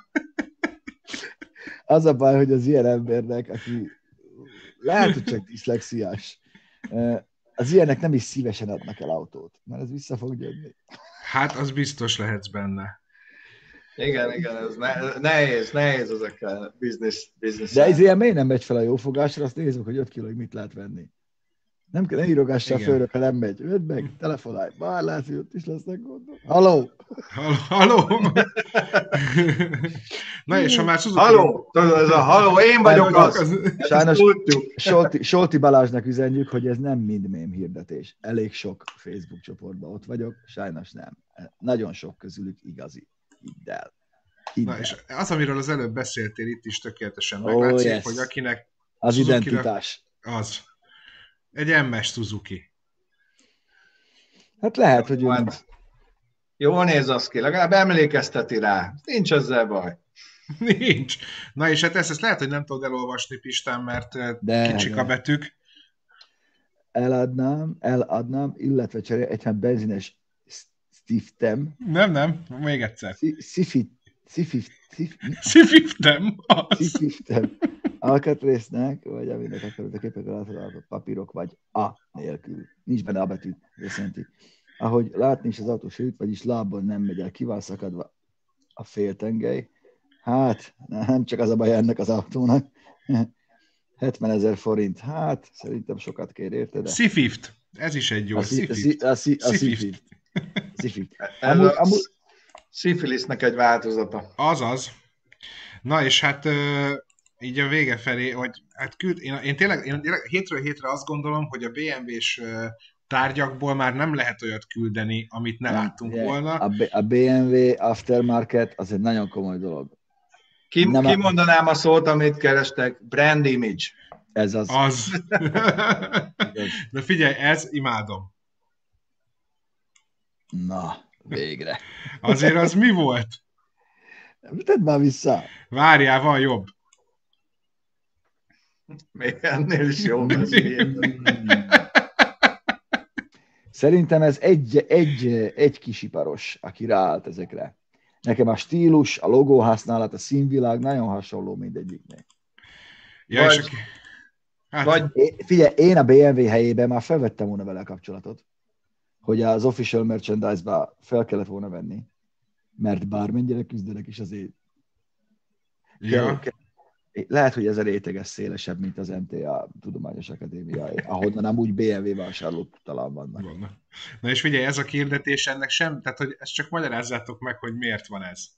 Az a baj, hogy az ilyen embernek, aki lehet, hogy csak diszlexiás, az ilyenek nem is szívesen adnak el autót, mert ez vissza fog jönni. Hát az biztos lehetsz benne. Igen, ez nehéz ezekkel business. De ez ilyen miért nem megy fel a jófogásra, azt nézzük, hogy 5 kilóig mit lehet venni. Nem kell, ne írogassál a főnök, ha nem megy. Öd meg, telefonálj. Bár látsz, hogy ott is lesznek gondok. Halló! Halló! Na és ha már Suzuki... Halló, én vagyok az! Sajnos Solti Balázsnak üzenjük, hogy ez nem mind mém hirdetés. Elég sok Facebook csoportban ott vagyok, sajnos nem. Nagyon sok közülük igazi. Hidd el. Na és az, amiről az előbb beszéltél, itt is tökéletesen meglátszik, hogy akinek... Az identitás. Az. Egy MS Suzuki. Hát lehet, hogy Jól néz az ki, legalább emlékezteti rá. Nincs ezzel baj. Nincs. Na és hát ezt lehet, hogy nem tudod elolvasni, Pistán, mert kicsik a betűk. Eladnám, illetve cserél egy benzines Stiftem. Nem, még egyszer. Sififtem. Alkatrésznek, vagy aminek akarod a képekkel átadott papírok, vagy A nélkül. Nincs benne a betű, ezt jelenti. Ahogy látni is az autó sőt, vagyis lábon nem megy el, ki van szakadva a féltengely. Hát, nem csak az a baj ennek az autónak. 70 000 forint. Hát, szerintem sokat kér, érted? Sifift. Ez is egy jó. Sifift. Szifilisznek egy változata. Azaz. Na és hát így a vége felé, hogy hát én tényleg hétről hétre azt gondolom, hogy a BMW-s tárgyakból már nem lehet olyat küldeni, amit ne láttunk volna. A BMW Aftermarket az egy nagyon komoly dolog. Kimondanám a szót, amit kerestek, brand image. Ez az. De figyelj, ez imádom. Na, végre. Azért az mi volt? Tedd már vissza. Várjál, van jobb. Még ennél is jobb. Szerintem ez egy kisiparos, aki ráállt ezekre. Nekem a stílus, a logóhasználat, a színvilág nagyon hasonló mindegyiknek. Ja, Figyelj, én a BMW helyében már felvettem volna vele a kapcsolatot, hogy az official merchandise-ba fel kellett volna venni, mert bármennyire küzdenek is azért. Ja. Lehet, hogy ez a réteges szélesebb, mint az MTA Tudományos Akadémia, ahonnan nem úgy BMW vásárlók talán vannak. Na és figyelj, ez a kérdetés ennek sem, tehát hogy ezt csak magyarázzátok meg, hogy miért van ez.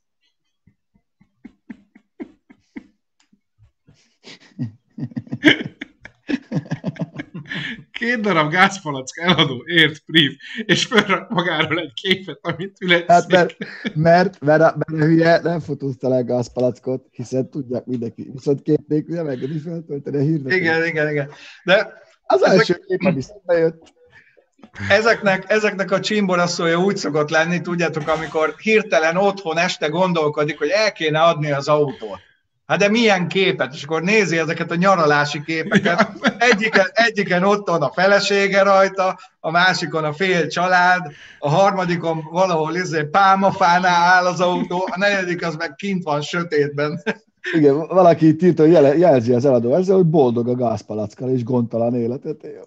Két darab gázpalack eladó ért priv, és felrak magáról egy képet, amit ületszik. Hát mert a hülye nem fotózta le a gázpalackot, hiszen tudják mindenki. Viszont kép nélkül nem engedi feltölteni a hirdetést. Igen. De az első kép, ami bejött. Ezeknek a csimboraszója úgy szokott lenni, tudjátok, amikor hirtelen otthon este gondolkodik, hogy el kéne adni az autót. Hát de milyen képet? És akkor nézi ezeket a nyaralási képeket. Egyiken ott van a felesége rajta, a másikon a fél család, a harmadikon valahol pálmafánál áll az autó, a negyedik az meg kint van sötétben. Igen, valaki itt írta, hogy jelzi az eladó ezzel, hogy boldog a gázpalackkal és gondtalan életet él.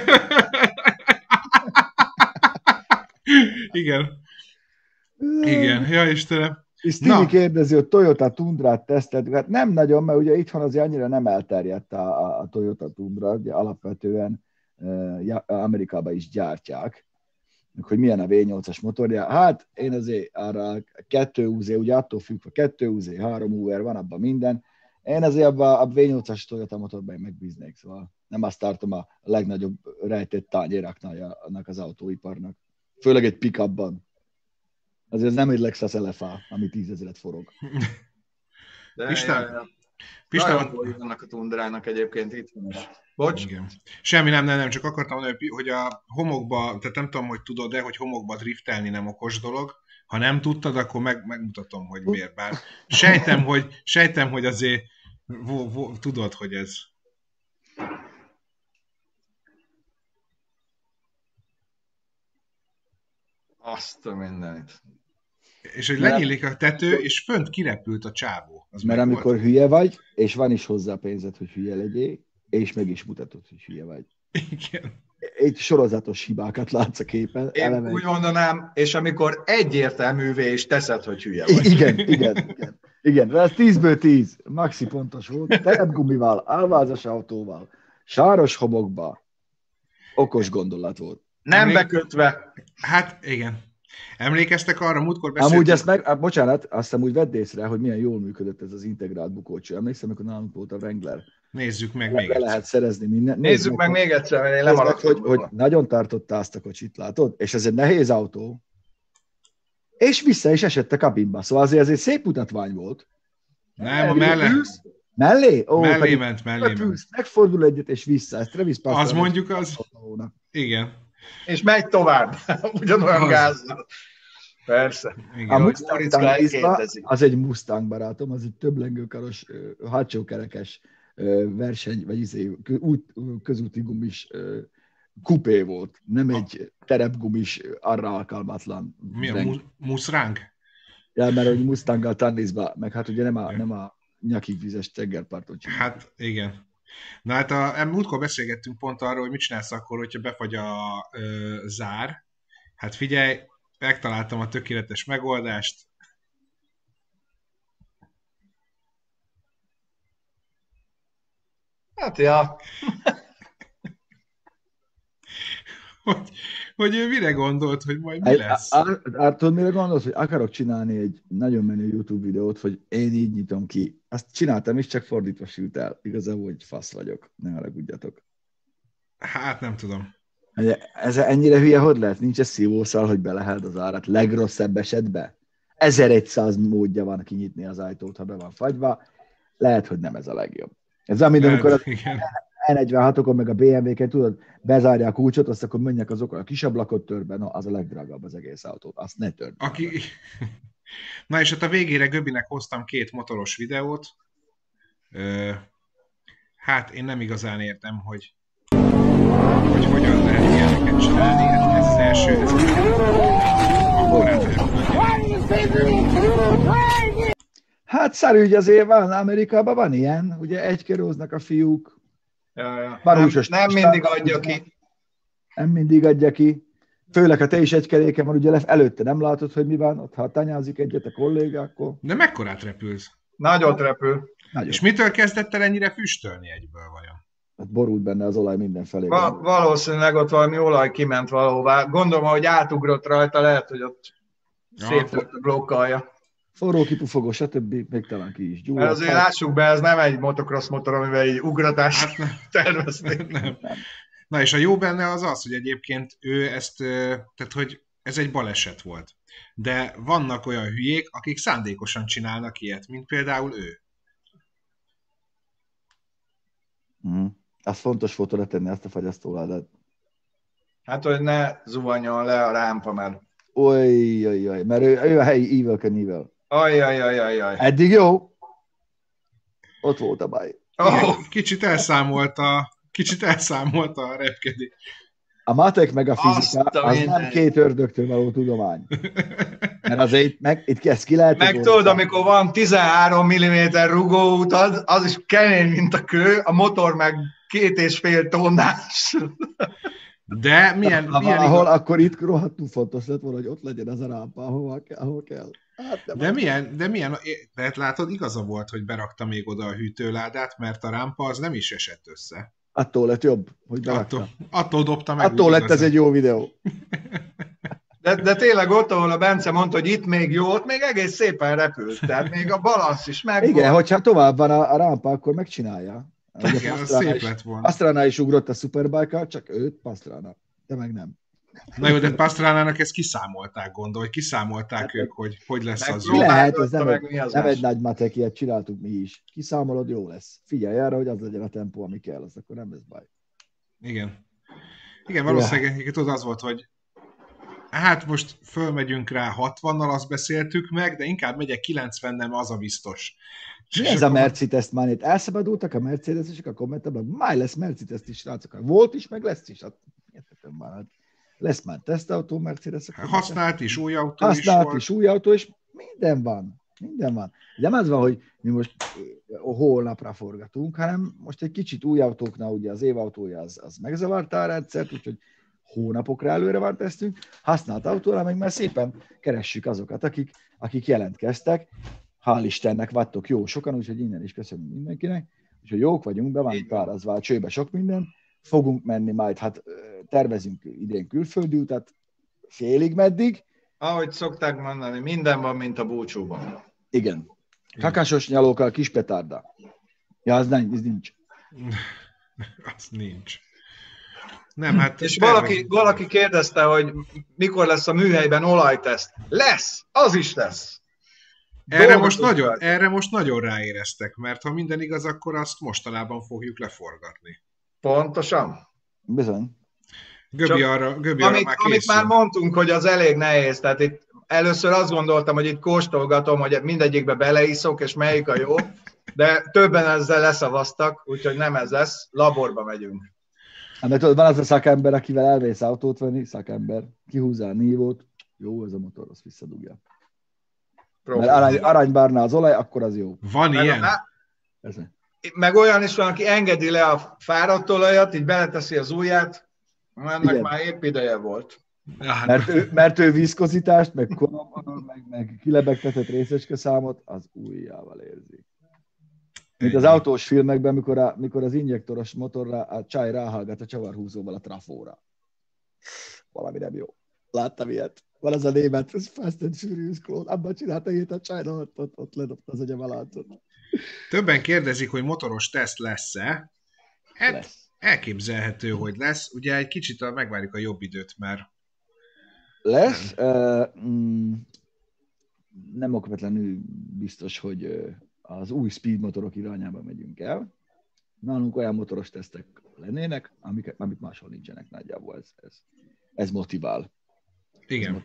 Igen, ja Istenem. És Tini kérdezi, hogy Toyota Tundrát teszteltük. Hát nem nagyon, mert ugye itthon azért annyira nem elterjedt a Toyota Tundra, ugye alapvetően Amerikában is gyártják, hogy milyen a V8-as motorja. Hát én azért arra 2UZ, ugye attól függ, hogy 2UZ, 3UR van abban minden. Én azért abban a V8-as Toyota motorban megbíznék, szóval nem azt tartom a legnagyobb rejtett tányéraknak az autóiparnak. Főleg egy pick-upban. Azért ez nem egy Lexus LFA, ami 10 000 forog. Pistán, annak a Tundrának egyébként itt van is. Bocs? Igen. Semmi nem, csak akartam mondani, hogy a homokba, tehát nem tudom, hogy tudod, de hogy homokba driftelni nem okos dolog. Ha nem tudtad, akkor megmutatom, hogy miért. Bár sejtem, hogy azért tudod, hogy ez... Azt a mindenit. És hogy lenyílik a tető, és fönt kirepült a csávó. Mert amikor hülye vagy, és van is hozzá pénzed, hogy hülye legyél, és meg is mutatod, hogy hülye vagy. Igen. Itt sorozatos hibákat látsz a képen. Én úgy mondanám, és amikor egyértelművé is teszed, hogy hülye vagy. Igen. De ez 10-ből 10. Maxi pontos volt. Terepgumival, álvázas autóval, sáros homokba. Okos gondolat volt. Nem bekötve. Hát igen. Emlékeztek arra, múltkor beszéltünk? Amúgy ezt meg, bocsánat, azt hiszem úgy vedd észre, hogy milyen jól működött ez az integrált bukócső. Emlékszem, amikor nálunk volt a Wrangler. Nézzük meg még egyszer. Lehet szerezni minden. Nézzük meg még egyszer, mert én lemaradtam. Hogy nagyon tartotta azt a kocsit, látod? És ez egy nehéz autó. És vissza is esett a kabinba. Szóval azért ez egy szép mutatvány volt. Nem, a mellé. Mellé? Ó, mellé ment. Megfordul egyet, és vissza. Ez Travis Pastrana. Az mondjuk az. Igen. És megy tovább. Ugyanolyan gázzal. Persze. Igen. A Mustang az egy Mustang, barátom, az egy többlengőkaros, hátsókerekes verseny, vagy közúti gumis kupé volt. Nem egy terepgumis, arra alkalmatlan. Mi a Mustang? Ja, mert hogy Mustanggal tenniszbe, meg hát ugye nem a nyakig vizes tengerparton csinálni. Hát igen. Na hát múltkor beszélgettünk pont arról, hogy mit csinálsz akkor, hogyha befagy a zár. Hát figyelj, megtaláltam a tökéletes megoldást. Hát ja. hogy ő mire gondolt, hogy majd mi lesz? Tudod, mire gondolsz, hogy akarok csinálni egy nagyon menő YouTube videót, hogy én így nyitom ki. Azt csináltam is, csak fordítva sült el. Igazából, hogy fasz vagyok. Ne haragudjatok. Hát nem tudom. Ez ennyire hülye, hogy lehet? Nincs ez szívószal, hogy beleheld az árat. Legrosszabb esetben 1100 módja van kinyitni az ajtót, ha be van fagyva. Lehet, hogy nem ez a legjobb. Ez amit amikor az E46-okon meg a BMW-ken, tudod, bezárja a kulcsot, azt akkor menjek azokon a kis ablakot törbe, no, az a legdrágább az egész autó. Azt ne törd. Na és hát a végére Göbinek hoztam 2 motoros videót. Hát én nem igazán értem, hogy hogyan lehet ilyeneket csinálni. Ez az első. Hát szarügy azért van, Amerikában van ilyen, ugye egykeróznak a fiúk. Ja. Nem mindig adja ki. Nem mindig adja ki. Főleg, ha te is egykeréken van, ugye előtte nem látod, hogy mi van, ott ha tanyázik egyet a kollégákkal. De mekkorát repülsz? Nagyot repül. Nagyon. És mitől kezdett el ennyire füstölni egyből vajon? Hát borult benne az olaj mindenfelé. Valószínűleg ott valami olaj kiment valahová. Gondolom, hogy átugrott rajta, lehet, hogy ott szép volt a blokkalja. Forró, kipufogó, stb. Még talán ki is gyújt. Mert azért lássuk be, ez nem egy motocross motor, amivel így ugratást tervezték. Nem. Na és a jó benne az, hogy egyébként ő ezt, tehát hogy ez egy baleset volt. De vannak olyan hülyék, akik szándékosan csinálnak ilyet, mint például ő. Az fontos fotóra tenni ezt a fagyasztóládát. Hát, hogy ne zuhanjon le a rámpa, mert... Ojjjjjj, mert ő a helyi Evel Knievel. Ajjajjajjaj. Eddig jó? Ott volt a baj. Igen, kicsit elszámolta a repkedés. A matek meg a fizika, az nem 2 ördögtől való tudomány. Mert azért itt ezt ki lehet... Meg tudod, amikor van 13 mm rugóút, az is kemény, mint a kő, a motor meg 2,5 tonnás. De milyen ahol akkor itt rohadtul fontos lett volna, hogy ott legyen az a rámpa, ahol kell. Hát, de milyen, de látod, igaza volt, hogy berakta még oda a hűtőládát, mert a rámpa az nem is esett össze. Attól lett jobb, hogy berakta. Attól dobta meg. Attól lett ez egy jó videó. De tényleg ott, ahol a Bence mondta, hogy itt még jó, ott még egész szépen repült. Tehát még a balansz is megvan. Igen, hogyha tovább van a rámpa, akkor megcsinálja. Igen, az szép lett volna. Pastrana is ugrott a Superbike-kal, csak őt Pastrana. De meg nem. Na jó, de Pastranának ezt kiszámolták, hogy kiszámolták ők, hogy lesz az jó. Lehet, ez nem egy nagy matek, ilyet csináltuk mi is. Kiszámolod, jó lesz. Figyelj arra, hogy az legyen a tempó, ami kell, az akkor nem lesz baj. Igen. Igen, valószínűleg tudod, az volt, hogy hát most fölmegyünk rá 60-nal, azt beszéltük meg, de inkább megyek 90-nel, az a biztos. Mi ez a Mercedes már itt? Elszabadultak a Mercedes-esek a kommentekben? Máj lesz Mercedes is, srácok. Volt is, meg lesz is. Lesz már tesztautó Mercedes. Használt is, új autó Használt is, új autó is. Minden van. De az van, hogy mi most holnapra forgatunk, hanem most egy kicsit új autóknál, ugye az évautója az megzavarta a rendszert, úgyhogy hónapokra előre van tesztünk, használt autóra meg már szépen keressük azokat, akik jelentkeztek. Hál' Istennek vagytok jó sokan, úgyhogy innen is köszönöm mindenkinek. Úgyhogy jók vagyunk, be van párazva a csőbe sok minden. Fogunk menni majd, hát tervezünk idén külföldi utat, félig meddig. Ahogy szokták mondani, minden van, mint a búcsúban. Igen. Kakásos nyalókkal, kis petárda. Ja, az nincs. Az nincs. Nem, hát és valaki kérdezte, hogy mikor lesz a műhelyben olajteszt. Lesz! Az is lesz! Erre most nagyon ráéreztek, mert ha minden igaz, akkor azt mostanában fogjuk leforgatni. Pontosan. Bizony. Göbi arra már készül. Amit már mondtunk, hogy az elég nehéz, tehát itt először azt gondoltam, hogy itt kóstolgatom, hogy mindegyikbe beleiszok, és melyik a jó, de többen ezzel leszavaztak, úgyhogy nem ez lesz, laborba megyünk. Hát mert van az a szakember, akivel elvész autót venni, szakember, kihúzzál nívót, jó, ez a motor, azt visszadugja. Mert aranybarna az olaj, akkor az jó. Van ilyen? Meg olyan is van, aki engedi le a fáradt olajat, így beleteszi az ujját, ennek igen. Már épp ideje volt. Mert ő viszkozitást, meg koromban, meg kilebegtetett részecske számot, az ujjával érzi. Mint az autós filmekben, mikor az injektoros motorra a csaj ráhallgat a csavarhúzóval a trafóra. Valami nem jó. Láttam ilyet. Van az a német, ez Fast and Furious klón, abban csinálta ilyet a csajna, ott ledobta az agyavaláncot. Többen kérdezik, hogy motoros teszt lesz-e. Lesz. Elképzelhető, hogy lesz. Ugye egy kicsit megvárjuk a jobb időt, mert... Lesz. Nem okvetlenül biztos, hogy az új speed motorok irányába megyünk el. Nálunk olyan motoros tesztek lennének, amik máshol nincsenek nagyjából. Ez motivál. Igen.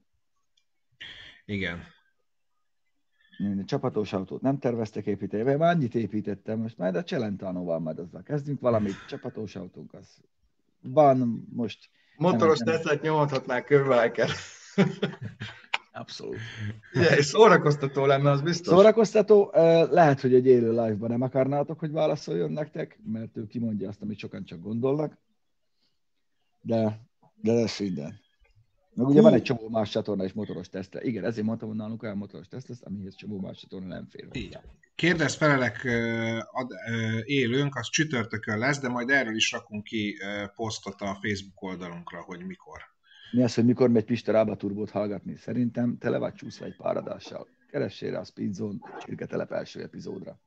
Igen. Én csapatos autót nem terveztek építeni, mert már annyit építettem, most majd a Celentanoval majd azzal kezdünk valamit, csapatos autónk az van most. Motoros tesztet nyomhatnák körválkel. Abszolút. Ugye, és szórakoztató lenne, az biztos. Szórakoztató, lehet, hogy egy élő live-ban nem akarnátok, hogy válaszoljon nektek, mert ő kimondja azt, amit sokan csak gondolnak, de lesz minden. Meg ugye van egy csomó más csatorna és motoros tesztre. Igen, ezért mondtam, hogy nálunk olyan motoros teszt lesz, amihez csomó más csatorna nem fér. Kérdez felelek élőnk, az csütörtökön lesz, de majd erről is rakunk ki posztot a Facebook oldalunkra, hogy mikor. Mi az, hogy mikor megy Pista Rába Turbót hallgatni? Szerintem tele vagy csúszva egy páradással. Keressél rá a Speedzone Csirketelep első epizódra.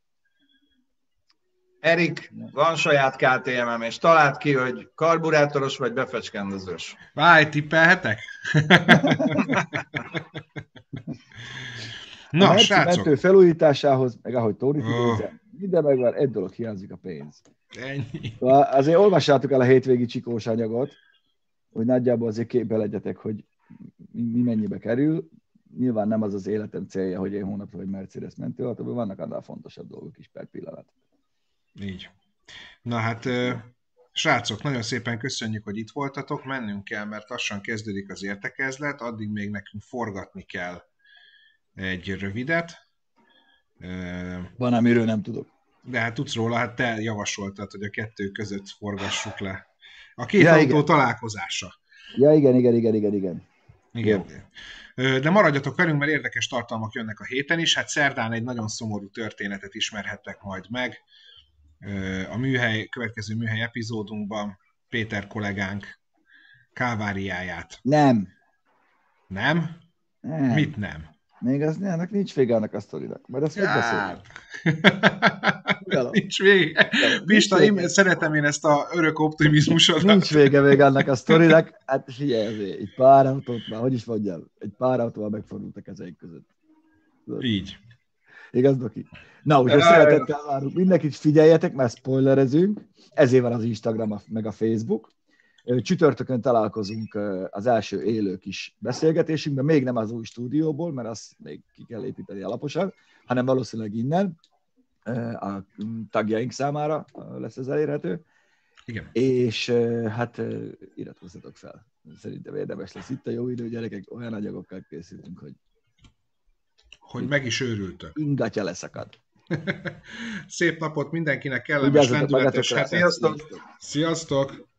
Erik, van saját KTM-em, és találd ki, hogy karburátoros vagy befecskendezős. Várj, tippelhetek? Na, srácok! Mentő felújításához, meg ahogy Tóni idézem, minden megvan, egy dolog hiányzik, a pénz. Ennyi. Azért olvassátok el a hétvégi csikós anyagot, hogy nagyjából azért képbe legyetek, hogy mi mennyibe kerül. Nyilván nem az az életem célja, hogy én hónapra vagy Mercedes mentőautóban, vannak annál fontosabb dolgok is per pillanat. Így. Na hát, srácok, nagyon szépen köszönjük, hogy itt voltatok, mennünk kell, mert lassan kezdődik az értekezlet, addig még nekünk forgatni kell egy rövidet. Van, amiről nem tudok. De hát tudsz róla, hát te javasoltad, hogy a kettő között forgassuk le. A két autó igen. Találkozása. Ja, igen. Igen. De maradjatok velünk, mert érdekes tartalmak jönnek a héten is. Hát szerdán egy nagyon szomorú történetet ismerhettek majd meg. A következő műhely epizódunkban Péter kollégánk káváriáját. Nem. Nem? Mit nem? Még az ennek nincs vége annak a sztorinak. Majd azt megbeszéljük. Nincs vége. Pista, szeretem én ezt a örök optimizmusodat. Nincs vége még annak a sztorinak. Hát figyelj, egy pár autót már, hogy is mondjam, egy pár autóval megfordultak ezeink között. Így. Igaz, Doki? Na, úgyhogy szeretettel várunk mindenkit, figyeljetek, mert spoilerezünk, ezért van az Instagram meg a Facebook. Csütörtökön találkozunk az első élő kis beszélgetésünkben, még nem az új stúdióból, mert azt még ki kell építeni alaposan, hanem valószínűleg innen a tagjaink számára lesz ez elérhető. Igen. És hát iratkozzatok fel. Szerintem érdemes lesz itt a jó idő, gyerekek, olyan anyagokkal készülünk, hogy meg is őrültök. Ingatja leszakad. Szép napot mindenkinek, kellemes, lendületes hetet. Sziasztok! Sziasztok!